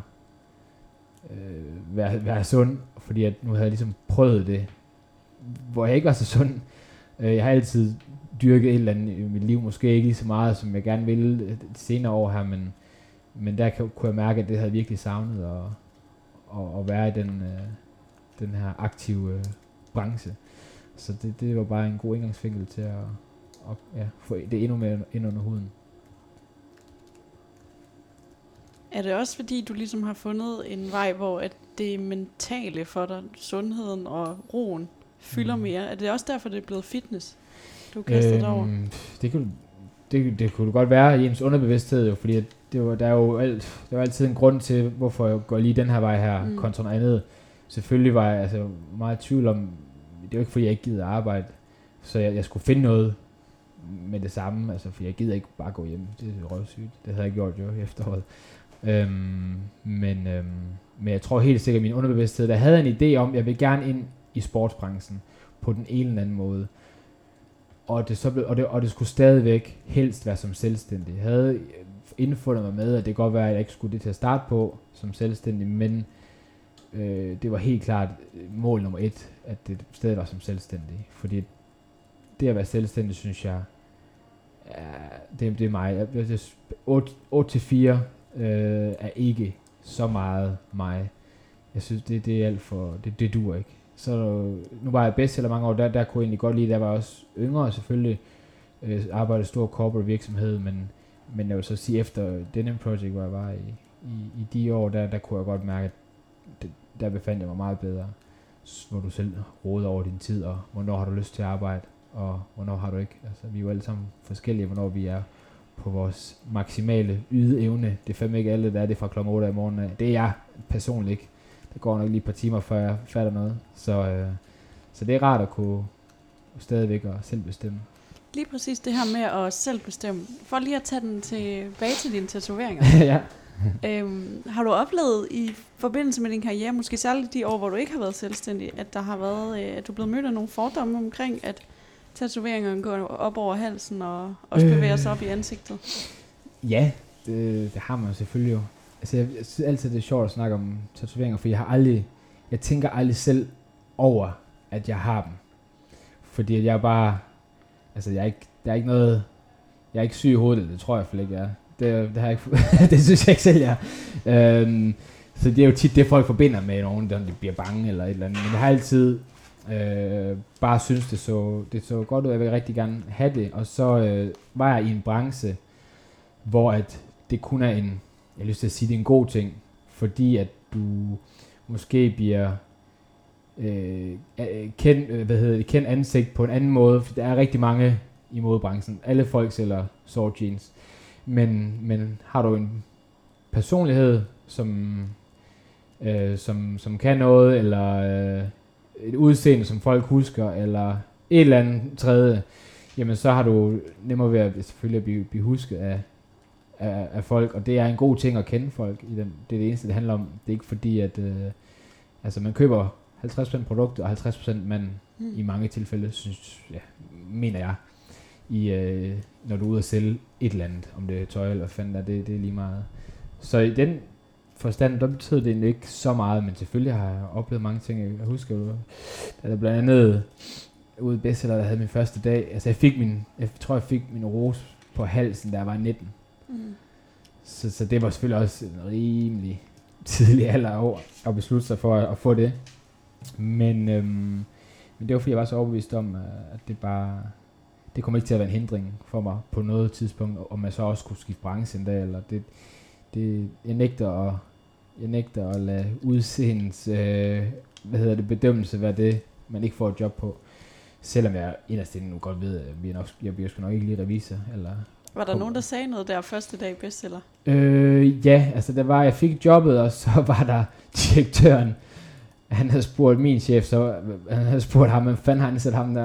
øh, være, være sund, fordi at nu havde jeg ligesom prøvet det, hvor jeg ikke var så sund. Jeg har altid dyrket et eller andet i mit liv, måske ikke lige så meget, som jeg gerne ville senere år her, men, men der kunne jeg mærke, at det havde virkelig savnet at, at, at være i den, øh, den her aktive øh, branche. Så det, det var bare en god indgangsvinkel til at, at ja, få det endnu mere ind under huden. Er det også fordi, du ligesom har fundet en vej, hvor at det mentale for dig, sundheden og roen, fylder mm. mere? Er det også derfor, det er blevet fitness, du kastede øhm, over? Det kunne, det, det kunne godt være i ens underbevidsthed, jo, fordi det var, der er jo alt, der var altid en grund til, hvorfor jeg går lige den her vej her, mm. kontra noget andet. Selvfølgelig var jeg altså meget i tvivl om, det var ikke fordi, jeg ikke gider arbejde, så jeg, jeg skulle finde noget med det samme, altså for jeg gider ikke bare gå hjem, det er røvsygt, det havde jeg gjort jo i efteråret. Øhm, men, øhm, men jeg tror helt sikkert, at min underbevidsthed, der havde en idé om, at jeg vil gerne ind i sportsbranchen på den ene eller anden måde. Og det, så blev, og, det, og det skulle stadigvæk helst være som selvstændig. Jeg havde indfundet mig med, at det godt være, at jeg ikke skulle det til at starte på som selvstændig, men øh, det var helt klart mål nummer et, at det stadig var som selvstændig. Fordi det at være selvstændig, synes jeg, ja, det, det er mig. otte til fire øh, er ikke så meget mig. Jeg synes, det, det er alt for, det, det duer ikke. Så nu var jeg bestseller mange år, der, der kunne jeg egentlig godt lide, der var også yngre selvfølgelig, øh, arbejdede stor corporate virksomhed, men, men jeg vil så sige, efter Denim Project, hvor jeg var i, i, i de år, der, der kunne jeg godt mærke, at det, der befandt jeg mig meget bedre, hvor du selv råder over din tid, og hvornår har du lyst til at arbejde, og hvornår har du ikke. Altså, vi er jo alle sammen forskellige, hvornår vi er på vores maksimale ydeevne. Det er fandme ikke alle, der er det fra klokken otte i morgen. Det er jeg personligt ikke. Det går nok lige et par timer, før jeg fatter noget. Så, øh, så det er rart at kunne stadigvæk at selv bestemme. Lige præcis det her med at selv bestemme. For lige at tage den tilbage til dine tatoveringer. Ja. øhm, har du oplevet i forbindelse med din karriere, måske særligt de år, hvor du ikke har været selvstændig, at der har været, øh, at du er blevet mødt af nogle fordomme omkring, at tatoveringerne går op over halsen og også øh. bevæger sig op i ansigtet? Ja, det, det har man selvfølgelig jo. Altså jeg, jeg synes altid, det er sjovt at snakke om tatoveringer, for jeg har aldrig, jeg tænker aldrig selv over, at jeg har dem. Fordi jeg er bare, altså jeg er ikke, der er ikke noget, jeg er ikke syg i hovedet, det tror jeg for ikke jeg er. Det, det, har jeg ikke, det synes jeg ikke selv, jeg er. Øhm, så det er jo tit det, folk forbinder med nogen, der de bliver bange eller et eller andet. Men jeg har altid Øh, bare synes, det så, det så godt ud, jeg vil rigtig gerne have det. Og så øh, var jeg i en branche, hvor at det kun er en, jeg har lyst til at sige, det er en god ting, fordi at du måske bliver øh, kendt, hvad hedder det, kendt ansigt på en anden måde, for der er rigtig mange i modebranchen. Alle folk sælger sort jeans. Men, men har du en personlighed, som, øh, som, som kan noget, eller øh, et udseende, som folk husker, eller et eller andet tredje, jamen så har du nemmere ved at selvfølgelig at blive, blive husket af, af, af folk, og det er en god ting at kende folk. I den, det er det eneste, det handler om. Det er ikke fordi, at øh, altså man køber halvtreds procent produkter, og halvtreds procent man mm. i mange tilfælde, synes, ja, mener jeg, i, øh, når du er ude at sælge et eller andet, om det er tøj eller fanden der, det, det er lige meget. Så i den forstand, der betyder det ikke så meget, men selvfølgelig har jeg oplevet mange ting. Jeg husker jo, da der blandt andet ude i Bestseller, der havde min første dag, altså jeg fik min, jeg tror jeg fik min rose på halsen, da jeg var nitten. Mm. Så, så det var selvfølgelig også en rimelig tidlig alder år at beslutte sig for at, at få det. Men, øhm, men det var fordi jeg var så overbevist om, at det bare, det kommer ikke til at være en hindring for mig på noget tidspunkt, om jeg så også kunne skifte branche en dag, eller det, det jeg nægter at, jeg nægter at lade udseendens, øh, hvad hedder det, bedømmelse være det, man ikke får et job på. Selvom jeg inderst inde nu godt ved, at jeg, nok, jeg bliver sgu nok ikke lige revisor. Eller var der nogen, der sagde noget der første dag i Bestseller? Øh, ja, altså der var, jeg fik jobbet, og så var der direktøren. Han havde spurgt min chef, så han havde spurgt ham, men fanden har han sat ham der?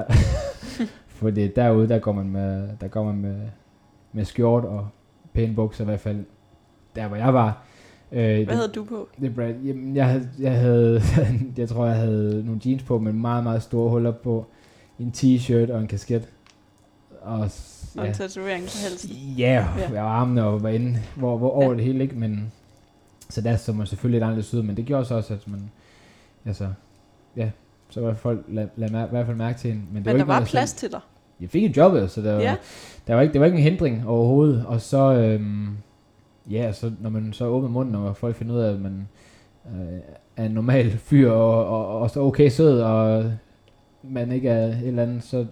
Fordi derude, der går man med, der går man med, med skjort og pæne bukser i hvert fald. Der hvor jeg var. Øh, Hvad det, havde du på? Det, Brad, jamen, jeg, havde, jeg havde, jeg tror jeg havde nogle jeans på med meget, meget store huller på. En t-shirt og en kasket. Og, og ja. En tatovering på halsen. Ja, yeah, ja. Og armene og var inde, hvor, hvor over ja. Det hele, ikke? Men, så der så man selvfølgelig lidt anderledes ud, men det gjorde så også, at man, altså, ja, så var folk lad, lad mær- i hvert fald mærke til hende. Men, det men var der ikke var noget, plads sådan, til dig? Jeg fik et job, så der, ja. var, der var ikke, det var ikke en hindring overhovedet. Og så, øhm, ja, så når man så åbner munden, og folk finder ud af, at man øh, er en normal fyr, og, og, og så okay sød, og man ikke er et eller andet, så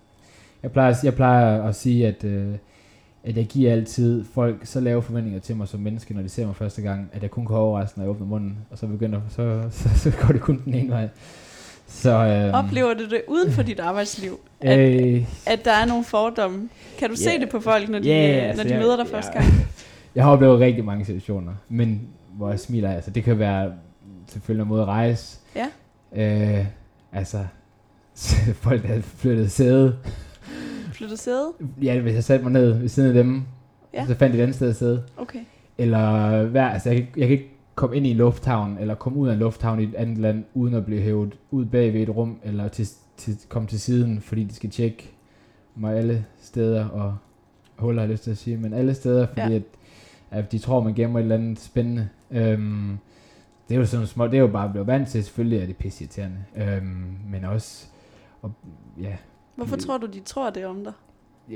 jeg plejer, jeg plejer at sige, at, øh, at jeg giver altid folk så lave forventninger til mig som menneske, når de ser mig første gang, at jeg kun kan overraske, når jeg åbner munden, og så begynder, så, så, så går det kun den ene vej. Så, øh, oplever du det uden for dit arbejdsliv, at, øh, at der er nogle fordomme? Kan du yeah, se det på folk, når de, yeah, altså når de møder dig jeg, første gang? Jeg, jeg har oplevet rigtig mange situationer, men hvor jeg smiler, altså det kan være selvfølgelig en måde at rejse. Ja. Øh, altså folk der havde flyttet sæde. Flyttet sæde? Ja, hvis jeg satte mig ned ved siden af dem, ja. Så fandt jeg et andet sted at sidde. Okay. Eller hver, altså jeg, jeg kan ikke komme ind i en lufthavn, eller komme ud af en lufthavn i et andet land, uden at blive hævet ud bag ved et rum, eller til, til, komme til siden, fordi de skal tjekke mig alle steder, og huller har jeg lyst til at sige, men alle steder, fordi ja. at, at de tror, man gemmer et eller andet spændende. Øhm, det er jo sådan små, det er jo bare blevet vant til, selvfølgelig er det pisseirriterende, øhm, men også, og, ja. Hvorfor tror du, de tror det om dig?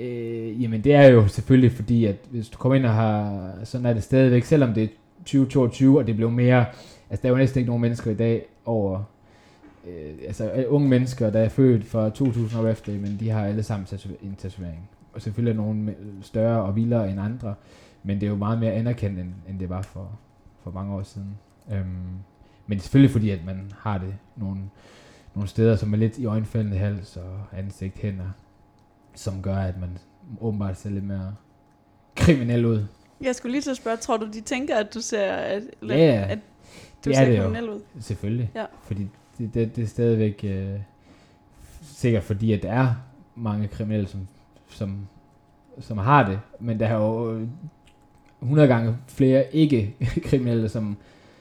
Øh, jamen det er jo selvfølgelig fordi, at hvis du kommer ind og har, sådan er det stadigvæk, selvom det er tyve toogtyve, og det blev mere, altså der er jo næsten ikke nogen mennesker i dag over, øh, altså unge mennesker, der er født for to tusind år efter, men de har alle sammen en tatovering. Og selvfølgelig er nogle større og vildere end andre, men det er jo meget mere anerkendt, end, end det var for, for mange år siden. Øhm, men selvfølgelig fordi, at man har det nogle, nogle steder, som er lidt i øjenfaldende hals og ansigt, hænder, som gør, at man åbenbart ser lidt mere kriminel ud. Jeg skulle lige til at spørge, tror du, de tænker, at du ser, at, ja, at du det ser det kriminel ud? Selvfølgelig. Ja. Fordi det, det, det er stadigvæk øh, sikkert fordi, at der er mange kriminelle, som, som, som har det, men der er jo hundrede gange flere ikke-kriminelle, som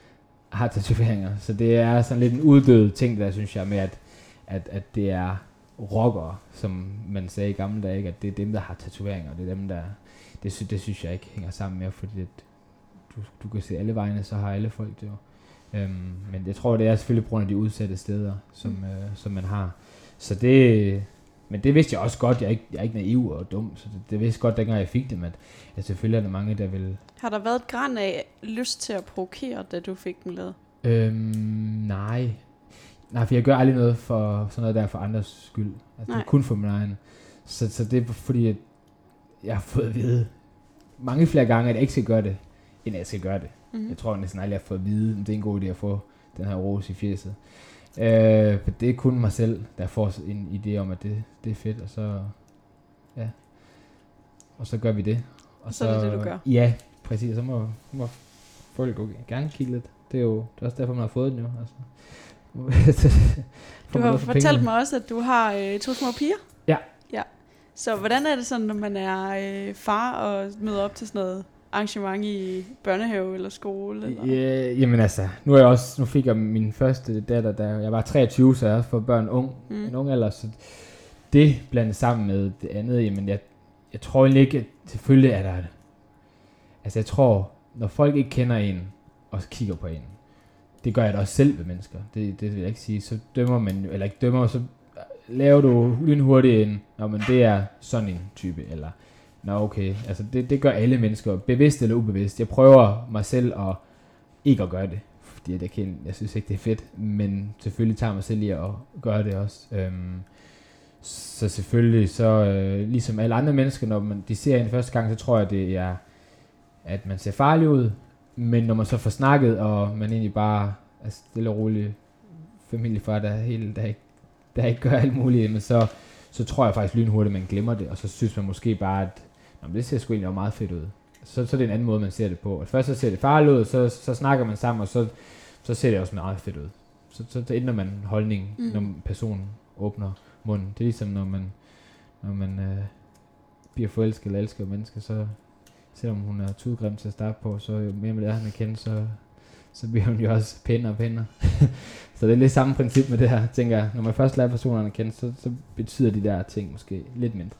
har tatoveringer. Så det er sådan lidt en uddød ting, der synes jeg, med at, at, at det er rockere, som man sagde i gamle dage, ikke? At det er dem, der har tatoveringer, og det er dem, der... Det, sy- det synes jeg ikke hænger sammen med, fordi at du, du kan se alle vegne, så har alle folk det jo. Øhm, men jeg tror, det er selvfølgelig på grund af de udsatte steder, som, mm. øh, som man har. Så det... Men det vidste jeg også godt. Jeg er ikke, jeg er ikke naiv og dum, så det, det vidste godt, dengang jeg fik det, men at selvfølgelig er der mange, der vil... Har der været et græn af lyst til at provokere, da du fik dem lavet? Øhm, nej. Nej, for jeg gør aldrig noget for sådan noget der for andres skyld. Altså, det er kun for min egen. Så, så det er fordi, at jeg har fået at vide mange flere gange, at jeg ikke skal gøre det, end at jeg skal gøre det. Mm-hmm. Jeg tror næsten aldrig, jeg har fået at vide, at det er en god idé at få den her ros i fjeset. Øh, for det er kun mig selv, der får en idé om, at det, det er fedt, og så, ja, og så gør vi det. Og så, så er det det, du gør? Ja, præcis. Så må, må folk okay, gerne kigge lidt. Det er jo det er også derfor, man har fået den jo. Altså. Du har fortalt pengene. mig også, at du har øh, to små piger. Ja. Ja. Så hvordan er det sådan, når man er øh, far og møder op til sådan noget arrangement i børnehave eller skole? Eller? Ja, jamen altså, nu er jeg også, nu fik jeg min første datter, da jeg var treogtyve, så jeg også for børn ung, mm. en ung alder, så det blandet sammen med det andet, jamen jeg, jeg tror egentlig ikke, at selvfølgelig er der, altså jeg tror, når folk ikke kender en, og kigger på en, det gør jeg da også selv ved mennesker, det, det vil jeg ikke sige, så dømmer man, eller ikke dømmer, så laver du lynhurtigt en, nå, men det er sådan en type, eller nå okay, altså det, det gør alle mennesker, bevidst eller ubevidst. Jeg prøver mig selv at ikke at gøre det, fordi jeg, kan, jeg synes ikke det er fedt, men selvfølgelig tager mig selv i at gøre det også. Øhm, så selvfølgelig, så øh, ligesom alle andre mennesker, når man, de ser en første gang, så tror jeg det er, at man ser farlig ud, men når man så får snakket, og man egentlig bare er stille og rolig familiefar, der, hele, der, ikke, der ikke gør alt muligt, men så, så tror jeg faktisk lynhurtigt, at man glemmer det, og så synes man måske bare, at nå, det ser sgu egentlig meget fedt ud. Så, så er det en anden måde, man ser det på. Først så ser det farligt ud, så, så snakker man sammen, og så, så ser det også meget fedt ud. Så, så, så ændrer man holdning, mm. når personen åbner munden. Det er ligesom, når man, når man øh, bliver forelsket eller elsker mennesker, så selvom hun er tudgrim til at starte på, så jo mere man lærer hende at kende, så, så bliver hun jo også pænere og pænere. Så det er lidt samme princip med det her, tænker jeg. Når man først lærer personerne at kende, så, så betyder de der ting måske lidt mindre.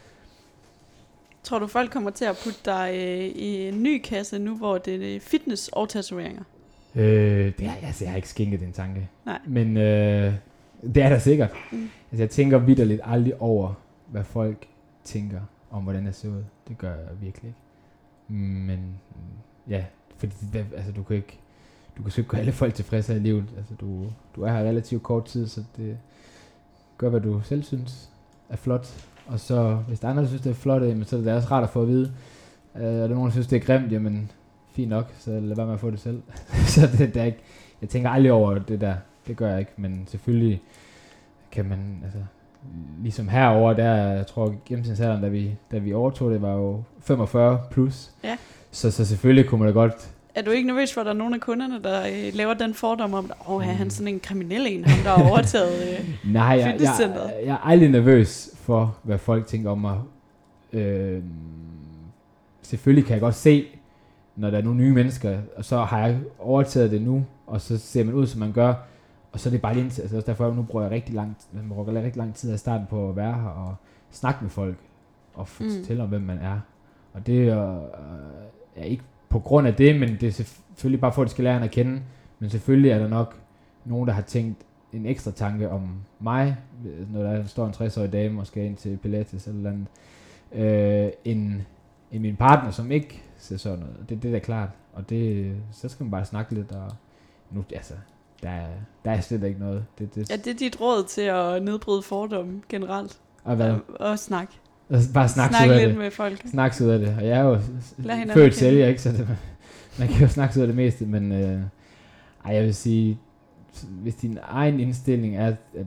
Tror du, folk kommer til at putte dig øh, i en ny kasse nu, hvor det er fitness og tatoveringer? Øh, det er, altså, jeg har ikke skænket den tanke. Nej. Men øh, det er der sikkert. Mm. Altså, jeg tænker vitterligt aldrig over, hvad folk tænker om, hvordan jeg ser ud. Det gør jeg virkelig ikke. Men ja, fordi altså, du kan ikke, du kan ikke gøre alle folk tilfredse i livet. Altså, du, du er her relativt kort tid, så det gør, hvad du selv synes er flot. Og så, hvis der er andre, der synes, det er flot, jamen, så er det også rart at få at vide. Øh, og der er nogen, der synes, det er grimt, jamen, fint nok, så lad være med at få det selv. Så det, det er ikke, jeg tænker aldrig over det der, det gør jeg ikke, men selvfølgelig kan man, altså, ligesom herover der, jeg tror, gennemsnitsalderen, da vi, da vi overtog det, var jo femogfyrre plus. Ja. Så, så selvfølgelig kunne man da godt. Er du ikke nervøs for, at der er nogle af kunderne, der øh, laver den fordom om, at åh, er han sådan en kriminel en, ham der har overtaget øh, Nej, jeg, jeg, jeg er aldrig nervøs for, hvad folk tænker om mig. Øh, selvfølgelig kan jeg godt se, når der er nogle nye mennesker, og så har jeg overtaget det nu, og så ser man ud, som man gør, og så er det bare lige indtil, altså også derfor, nu bruger jeg rigtig lang, man bruger rigtig lang tid at starte på at være her, og snakke med folk, og fortælle mm. om, hvem man er. Og det er øh, ikke på grund af det, men det er selvfølgelig bare for, at de skal lære at kende. Men selvfølgelig er der nok nogen, der har tænkt en ekstra tanke om mig, når der står en tres-årig dame og skal ind til Pilates eller andet, øh, end, end min partner, som ikke ser sådan noget. Det, det er da klart. Og det, så skal man bare snakke lidt, og nu, altså, der er, der er slet ikke noget. Det, det, ja, det er dit råd til at nedbryde fordomme generelt. Og hvad? Og, og snak. Bare snakke Snak ud af lidt det. med folk. Snakke ud af det. Og jeg er jo født sælger, ikke? Så det, man kan jo snakke ud af det meste, men øh, ej, jeg vil sige, hvis din egen indstilling er, at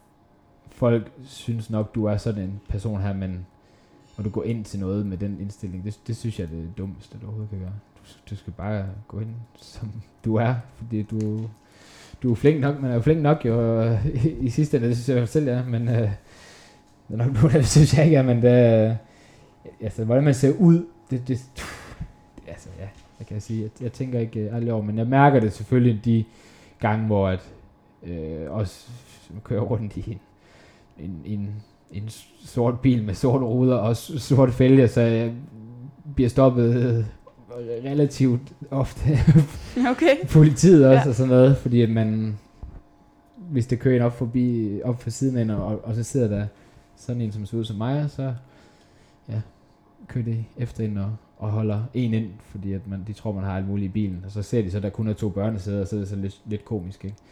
folk synes nok, du er sådan en person her, men når du går ind til noget med den indstilling, det, det synes jeg er det dummeste, du overhovedet kan gøre. Du, du skal bare gå ind, som du er, fordi du, du er flink nok, man er jo flink nok jo, i, i sidste ende, det synes jeg selv, ja, men øh, det er nok du, det synes jeg ikke er, men det, altså, hvordan man ser ud, det, det, altså, ja, jeg kan sige, jeg, jeg tænker ikke uh, aldrig over, men jeg mærker det selvfølgelig de gange, hvor at, øh, også kører rundt i en, en, en, en sort bil med sorte ruder og sorte fælge, så jeg bliver stoppet øh, relativt ofte. Okay. Politiet også, ja. Og sådan noget, fordi at man, hvis det kører en op forbi, op for siden af en, og, og så sidder der sådan en, som ser ud som mig, så ja, kører det efter en og, og holder en ind, fordi at man, de tror, man har alt muligt i bilen, og så ser de så, der kun er to børnesæder, og så er det så lidt, lidt komisk, ikke?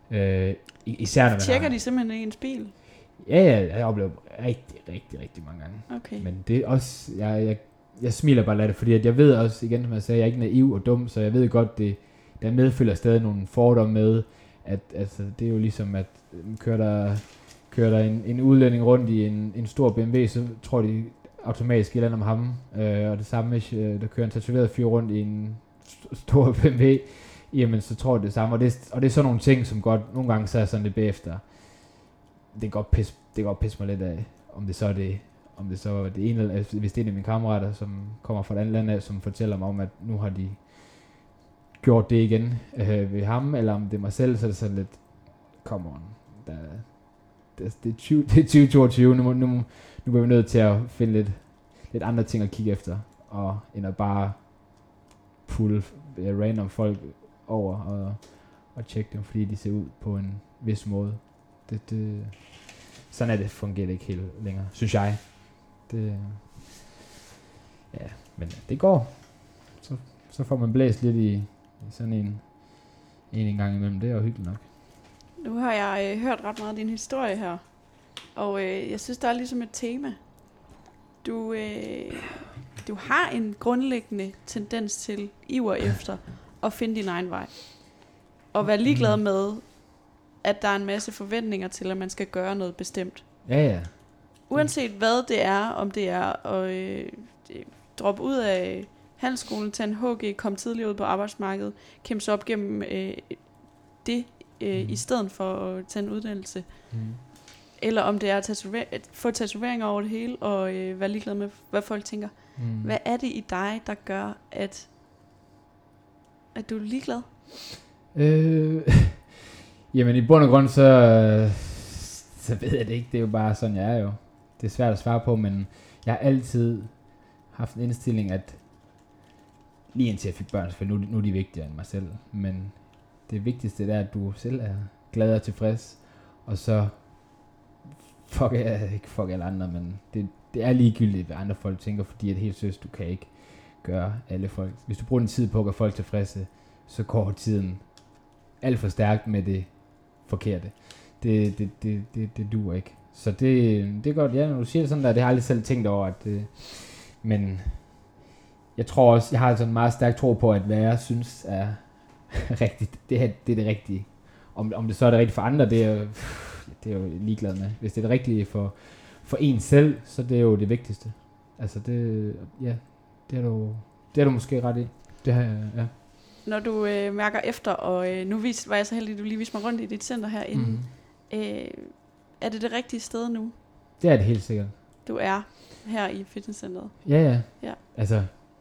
Øh, især når man Tjekker har, de simpelthen ens bil? Ja, ja, jeg har oplevet rigtig, rigtig, rigtig mange gange. Okay. Men det er også, jeg, jeg, jeg smiler bare af det, fordi at jeg ved også, igen som jeg sagde, jeg er ikke naiv og dum, så jeg ved godt, det der medfølger stadig nogle fordomme med, at altså, det er jo ligesom, at kører der, kører der en, en udlænding rundt i en, en stor B M W, så tror de automatisk et eller andet om ham, øh, og det samme, hvis øh, der kører en tatoveret fyr rundt i en st- stor B M W, jamen så tror jeg det samme, og det, og det er sådan nogle ting, som godt, nogle gange så er sådan lidt bagefter, det kan godt pisse, det kan godt pisse mig lidt af, om det så er det, om det så er det ene, eller hvis det er en af mine kammerater, som kommer fra et andet land af, som fortæller mig om, at nu har de gjort det igen øh, ved ham, eller om det er mig selv, så er det sådan lidt, come on, der, det, det, er tyve, det er tyve toogtyve, nu, må, nu, nu er vi nødt til at finde lidt, lidt andre ting at kigge efter, og end at bare pulle uh, random folk over og, og tjekke dem, fordi de ser ud på en vis måde. Det, det, sådan er det, fungerer det ikke helt længere, synes jeg. Det, ja, men det går. Så, så får man blæst lidt i, i sådan en, en en gang imellem. Det er jo hyggeligt nok. Nu har jeg øh, hørt ret meget af din historie her, og øh, jeg synes, der er ligesom et tema. Du, øh, du har en grundlæggende tendens til iver efter at finde din egen vej. Og være ligeglad med, at der er en masse forventninger til, at man skal gøre noget bestemt. Ja, ja. Uanset hvad det er, om det er at øh, droppe ud af handelsskolen, tage en H G, komme tidligere ud på arbejdsmarkedet, kæmpe sig op gennem øh, det, øh, mm. i stedet for at tage en uddannelse. Mm. Eller om det er at, tatover- at få tatoveringer over det hele, og øh, være ligeglad med, hvad folk tænker. Mm. Hvad er det i dig, der gør, at, at du er ligeglad? Øh, jamen i bund og grund, så, så ved jeg det ikke. Det er jo bare sådan, jeg er jo. Det er svært at svare på, men jeg har altid haft en indstilling, at lige indtil jeg fik børn, for nu, nu er de vigtigere end mig selv. Men det vigtigste er, at du selv er glad og tilfreds, og så fuck, jeg, ikke fuck alle andre, men det, det er ligegyldigt, hvad andre folk tænker, fordi at helt seriøst, du kan ikke gøre alle folk. Hvis du bruger den tid på at gøre folk tilfredse, så går tiden alt for stærkt med det forkerte. Det, det, det, det, det duer ikke. Så det, det er godt, ja, når du siger det sådan der, det har jeg aldrig selv tænkt over, at det, men jeg tror også, jeg har sådan en meget stærk tro på, at hvad jeg synes er rigtigt, det, her, det er det rigtige. Om, om det så er det rigtige for andre, det er, det er jo ligeglad med. Hvis det er det rigtige for, for en selv, så det er jo det vigtigste. Altså det, ja, det er du, det er du måske ret i. Det har jeg, ja. Når du øh, mærker efter, og øh, nu vis, var jeg så heldig, at du lige viste mig rundt i dit center herinde. Mm. Øh, er det det rigtige sted nu? Det er det helt sikkert. Du er her i fitnesscenteret? Ja, ja. Ja. Altså,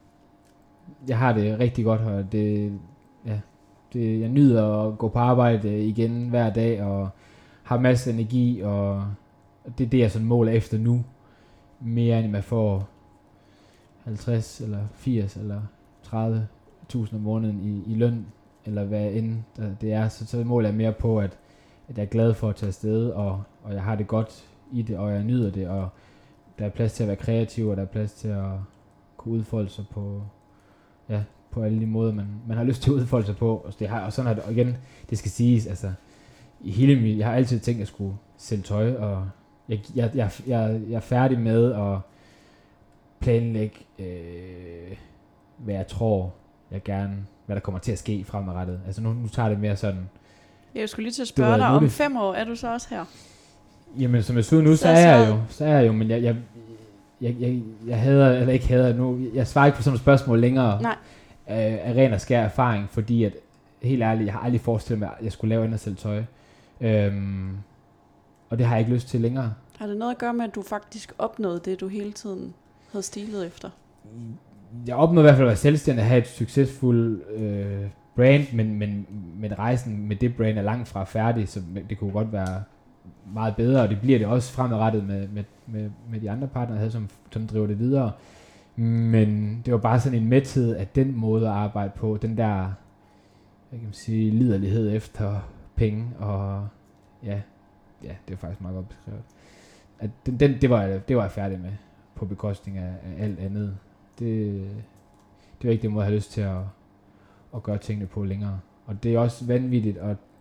jeg har det rigtig godt her. Det, ja, det, jeg nyder at gå på arbejde igen hver dag, og har masser af energi, og det er det, jeg sådan måler efter nu. Mere end man får halvtreds, eller firs, eller tredive tusind om måneden i, i løn, eller hvad end det er, så, så måler jeg mere på, at, at jeg er glad for at tage afsted, og, og jeg har det godt i det, og jeg nyder det, og der er plads til at være kreativ, og der er plads til at kunne udfolde sig på, ja, på alle de måder, man, man har lyst til at udfolde sig på, og, det har, og sådan er det, og igen, det skal siges, altså, i hele mit, jeg har altid tænkt, at jeg skulle sælge tøj, og jeg, jeg, jeg, jeg, jeg er færdig med at planlægge, øh, hvad jeg tror, jeg gerne, hvad der kommer til at ske fremadrettet. Altså nu, nu tager det mere sådan. Jeg skulle lige til at spørge dig, om det, fem år er du så også her? Jamen som jeg så nu, så, så er jeg jo, så er jeg jo, men jeg, jeg, jeg, jeg, jeg hader, eller ikke hader nu, jeg svarer ikke på sådan et spørgsmål længere. Nej. Af, af ren og skær erfaring, fordi at, helt ærligt, jeg har aldrig forestillet mig, at jeg skulle lave andet selv tøj. Øhm, og det har jeg ikke lyst til længere. Har det noget at gøre med, at du faktisk opnåede det, du hele tiden havde stilet efter? Jeg opnåede i hvert fald at være selvstændig og have et succesfuldt øh, brand, men, men, men rejsen med det brand er langt fra færdig, så det kunne godt være meget bedre, og det bliver det også fremadrettet med, med, med, med de andre partnere, jeg havde, som, som driver det videre. Men det var bare sådan en mæthed af den måde at arbejde på, den der, jeg kan sige, liderlighed efter penge, og ja, ja, det er faktisk meget godt beskrevet. At den, den, det, var, det var jeg færdig med, på bekostning af, af alt andet. Det, det var ikke den måde, jeg havde lyst til at, at gøre tingene på længere. Og det er også vanvittigt at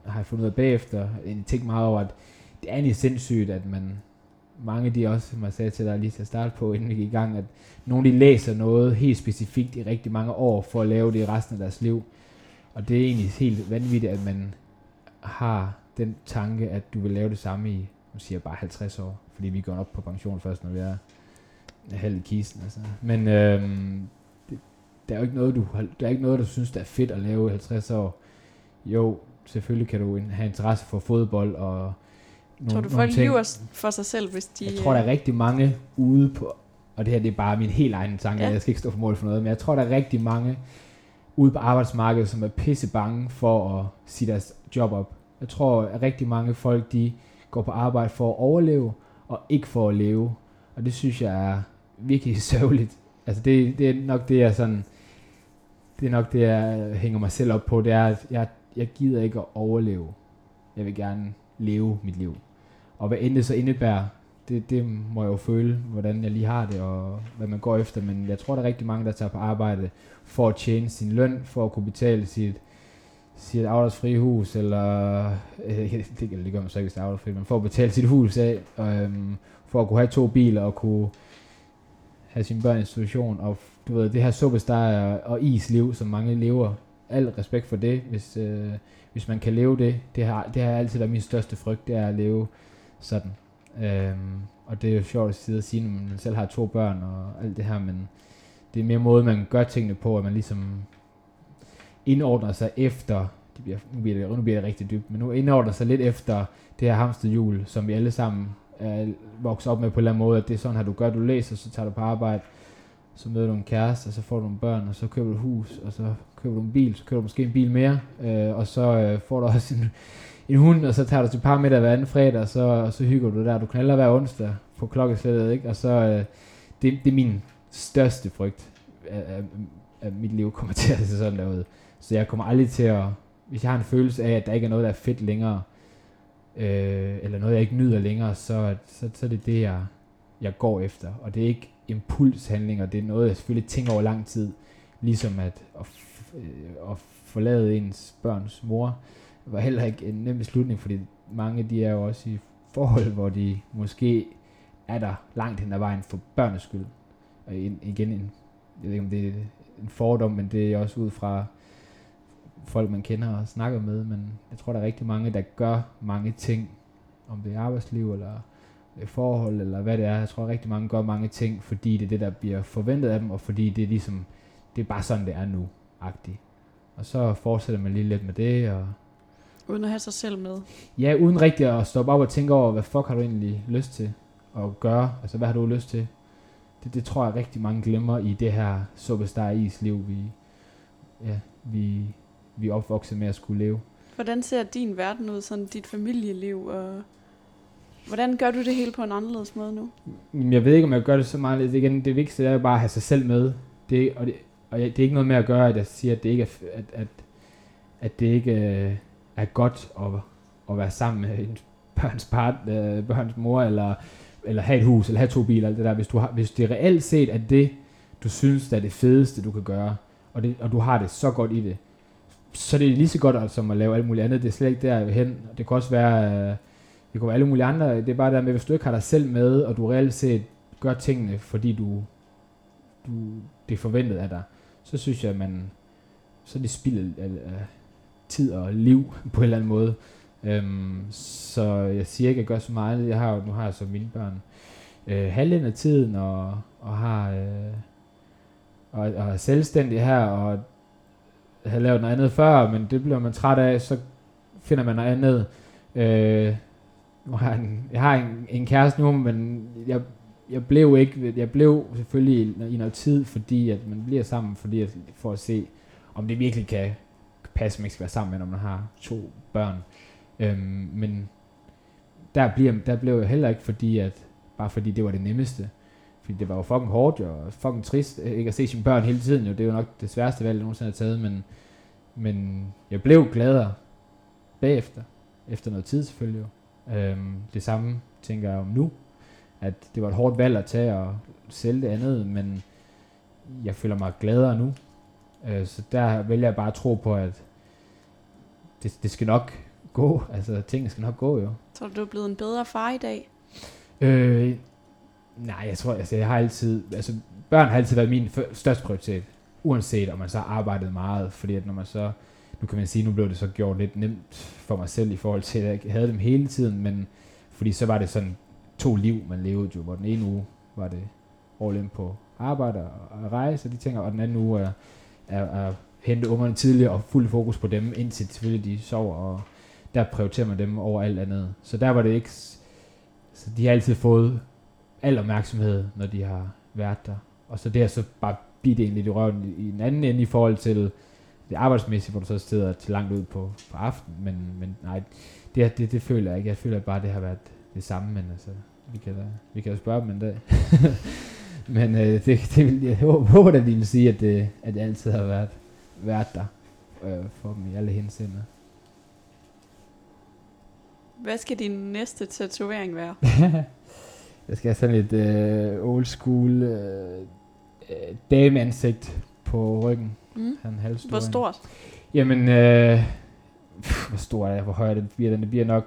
har jeg fundet ud af bagefter, jeg tænkt meget over, at det er egentlig sindssygt, at man, mange af de også, som jeg sagde til dig lige til at starte på, inden vi gik i gang, at nogle de læser noget helt specifikt i rigtig mange år, for at lave det i resten af deres liv. Og det er egentlig helt vanvittigt, at man har den tanke, at du vil lave det samme i, nu siger jeg bare halvtreds år, fordi vi går op på pension først, når vi er halv i kisten. Altså. Men øhm, det, der er jo ikke noget, du, der er ikke noget, du synes, der er fedt at lave i halvtreds år. Jo, selvfølgelig kan du have interesse for fodbold og nogle, tror du, folk lever for sig selv, hvis de... Jeg tror, der er rigtig mange ude på, og det her det er bare min helt egen tanke, ja. Jeg skal ikke stå for mål for noget, men jeg tror, der er rigtig mange ude på arbejdsmarkedet, som er pisse bange for at sige deres job op. Jeg tror, at rigtig mange folk, de går på arbejde for at overleve, og ikke for at leve. Og det synes jeg er virkelig sørgeligt. Altså det, det er nok det, jeg sådan, det er nok det, jeg hænger mig selv op på, det er, at jeg, jeg gider ikke at overleve. Jeg vil gerne leve mit liv. Og hvad end det så indebærer, det, det må jeg jo føle, hvordan jeg lige har det, og hvad man går efter. Men jeg tror, der er rigtig mange, der tager på arbejde for at tjene sin løn, for at kunne betale sit, sit afdragsfrie hus, eller øh, det, det gør man så ikke, hvis det er afdragsfri, men for at betale sit hus af, øhm, for at kunne have to biler, og kunne have sine børn i institution, og du ved, det her suppesteg og isliv, som mange lever. Al respekt for det, hvis, øh, hvis man kan leve det. Det har, det har altid været min største frygt, det er at leve sådan. Øhm, og det er jo sjovt at sidde og sige, når man selv har to børn og alt det her, men det er mere måde, man gør tingene på, at man ligesom indordner sig efter, det bliver, nu, bliver det, nu bliver det rigtig dybt, men nu indordner sig lidt efter det her hamsterhjul, som vi alle sammen er vokset op med på en eller anden måde, at det er sådan her, du gør, du læser, så tager du på arbejde, så møder du en kæreste, og så får du nogle børn, og så køber du et hus, og så køber du en bil, så køber du måske en bil mere, øh, og så øh, får du også en, en hund, og så tager du til parmiddag hver anden fredag, og så, og så hygger du der. Du knalder hver onsdag på klokkeslættet, ikke? Og så, øh, det, det er min største frygt, at, at mit liv kommer til at se sådan derud. Så jeg kommer aldrig til at, hvis jeg har en følelse af, at der ikke er noget, der er fedt længere, øh, eller noget, jeg ikke nyder længere, så, så, så er det det, jeg, jeg går efter. Og det er ikke impulshandlinger, det er noget, jeg selvfølgelig tænker over lang tid, ligesom at, at, at forlade ens børns mor, var heller ikke en nem beslutning, fordi mange de er jo også i forhold, hvor de måske er der langt hen ad vejen for børnenes skyld. Og igen, en, jeg ved ikke om det er en fordom, men det er også ud fra folk, man kender og snakker med, men jeg tror, der er rigtig mange, der gør mange ting, om det er arbejdsliv, eller det er forhold, eller hvad det er. Jeg tror, rigtig mange gør mange ting, fordi det er det, der bliver forventet af dem, og fordi det er ligesom, det er bare sådan, det er nu, agtigt. Og så fortsætter man lige lidt med det, og uden at have sig selv med. Ja, uden rigtig at stoppe op og tænke over, hvad fuck har du egentlig lyst til at gøre? Altså, hvad har du lyst til? Det, det tror jeg rigtig mange glemmer i det her suppesteg-is-liv, vi, ja, vi, vi er opvokset med at skulle leve. Hvordan ser din verden ud, sådan dit familieliv, og hvordan gør du det hele på en anderledes måde nu? Jeg ved ikke, om jeg gør det så meget. Det, igen, det vigtigste er bare at have sig selv med. Det, og det, og det er ikke noget med at gøre, at jeg siger, at det ikke er, at, at, at det ikke øh, er godt at, at være sammen med en børns, part, øh, børns mor, eller, eller have et hus, eller have to biler, alt det der. Hvis, du har, hvis det reelt set er det, du synes, der er det fedeste, du kan gøre, og, det, og du har det så godt i det, så det er lige så godt altså, som at lave alt muligt andet. Det er slet ikke der, jeg vil hen. Det kan også være, øh, det kan være alle mulige andre. Det er bare der med, hvis du ikke har dig selv med, og du reelt set gør tingene, fordi du, du det er forventet af dig, så synes jeg, at man, så er det spildet af, af tid og liv på en eller anden måde. Øhm, så jeg siger ikke, at jeg gør så meget. Jeg har, nu har jeg så mine børn øh, halvdelen af tiden, og, og har øh, og, og er selvstændig her, og har lavet noget andet før, men det bliver man træt af, så finder man noget andet. Øh, nu har jeg, en, jeg har en, en kæreste nu, men jeg Jeg blev ikke, jeg blev selvfølgelig i, i noget tid, fordi at man bliver sammen, fordi at, for at se, om det virkelig kan passe, at man ikke skal være sammen med, når man har to børn. Øhm, men der, bliver, der blev jeg heller ikke, fordi at, bare fordi det var det nemmeste. Fordi det var jo fucking hårdt, jo, og fucking trist, ikke at se sine børn hele tiden, jo. Det er jo nok det sværeste valg, jeg nogensinde har taget, men, men jeg blev gladere bagefter, efter noget tid selvfølgelig jo. Øhm, det samme tænker jeg om nu, at det var et hårdt valg at tage og sælge det andet, men jeg føler mig gladere nu. Øh, så der vælger jeg bare at tro på, at det, det skal nok gå. Altså, tingene skal nok gå jo. Tror du, du er blevet en bedre far i dag? Øh, nej, jeg tror, altså, jeg har altid, altså, børn har altid været min største prioritet, uanset om man så har arbejdet meget, fordi at når man så, nu kan man sige, nu blev det så gjort lidt nemt for mig selv i forhold til, at jeg havde dem hele tiden, men fordi så var det sådan to liv, man levede jo, hvor den ene uge var det all in på arbejde og rejse og de ting, og den anden uge er, er, er hente ungerne tidligere og fuld fokus på dem, indtil selvfølgelig de sover, og der prioriterer man dem over alt andet. Så der var det ikke, så de har altid fået al opmærksomhed, når de har været der. Og så det er så bare bidt en lidt i røven i en anden ende i forhold til det arbejdsmæssige, hvor du så sidder til langt ud på, på aftenen, men, men nej, det, det, det føler jeg ikke. Jeg føler bare, det har været det samme, men altså, vi kan da, vi kan jo spørge dem en dag. Men øh, det, det, jeg håber, at de vil sige, at det, at det altid har været, været der øh, for dem i alle henseender. Hvad skal din næste tatovering være? Jeg skal have sådan et øh, old school øh, dameansigt på ryggen. Mm. Han halvstor. Hvor stort? Jamen, øh, pff, hvor stor er det? Hvor høj er det bliver den? Det bliver nok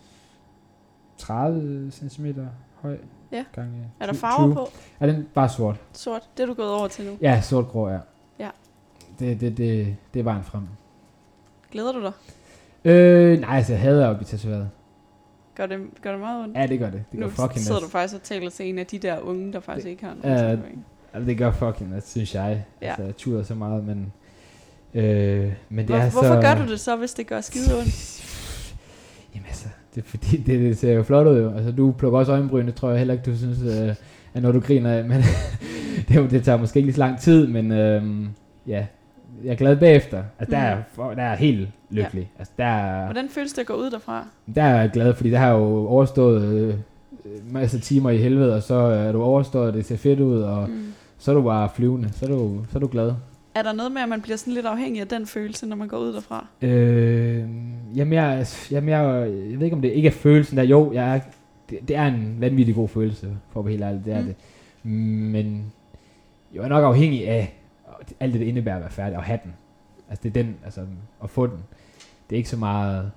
tredive centimeter høj. Ja. Gange Er der farver på? Er den bare sort? Sort. Det er du gået over til nu. Ja, sort-grå, ja. Ja. Det, det, det, det er vejen frem. Glæder du dig? Øh, nej, altså jeg hader at blive tatoveret. Gør det, gør det meget ondt? Ja, det gør det. Det Nu gør fucking sidder næst. du faktisk og taler til en af de der unge, der faktisk Det- ikke har en Ja, tatovering. Altså, det gør fucking næst, synes jeg. Ja. Altså, jeg tuder så meget, men... Øh, men det Hvor, er hvorfor så... gør du det så, hvis det gør skide ondt? Jamen altså, det er fordi, det, det ser jo flot ud jo. Altså, du plukker også øjenbryn, det tror jeg heller ikke, du synes, øh, er noget, du griner af. Men det, er jo- det tager måske ikke lige så lang tid, men øh, ja, jeg er glad bagefter. Altså, der er, for- der er helt lykkelig. Ja. Altså, der er, Hvordan føles det at gå ud derfra? der er jeg glad, fordi der har jo overstået øh, masser af timer i helvede, og så er du overstået, og det ser fedt ud, og Mm. så er du bare flyvende. Så er du, så er du glad. Er der noget med, at man bliver sådan lidt afhængig af den følelse, når man går ud derfra? Øh, jamen, jeg, jamen jeg, jeg ved ikke, om det ikke er følelsen der. Jo, jeg er, det, det er en vanvittig god følelse, for at være helt ærlig, det er Mm. det. Men jeg er nok afhængig af alt det, det indebærer at være færdig, og have den. Altså, det er den, altså, at få den. Det er ikke så meget...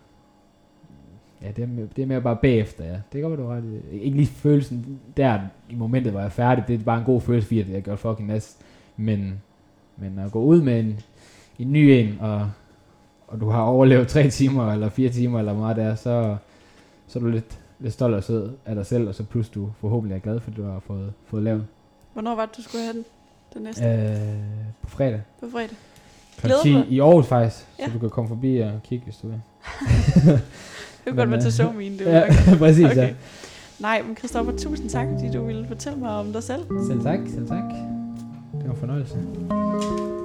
Ja, det er, mere- det er mere bare bagefter, ja. Det kan godt være, du har ret i. Ikke lige følelsen der i momentet, hvor jeg er færdig. Det er bare en god følelse, fordi at jeg gør fucking næst. Men, men at gå ud med en, en ny en, og, og du har overlevet tre timer, eller fire timer, eller hvor meget det er, så, så er du lidt, lidt stolt og sød af dig selv, og så plus du forhåbentlig er glad for, at du har fået, fået lavet. Hvornår var det, du skulle have den? Den næste? Øh, på fredag. På fredag. Klokken Glæder du ti i Aarhus faktisk, Ja. så du kan komme forbi og kigge, hvis du vil. Det kunne godt Men, være til øh, SoMe, det var Ja, nok. præcis, Okay. ja. Nej, men Christoffer, tusind tak, fordi du ville fortælle mig om dig selv. Selv tak, selv tak. Det var en fornøjelse.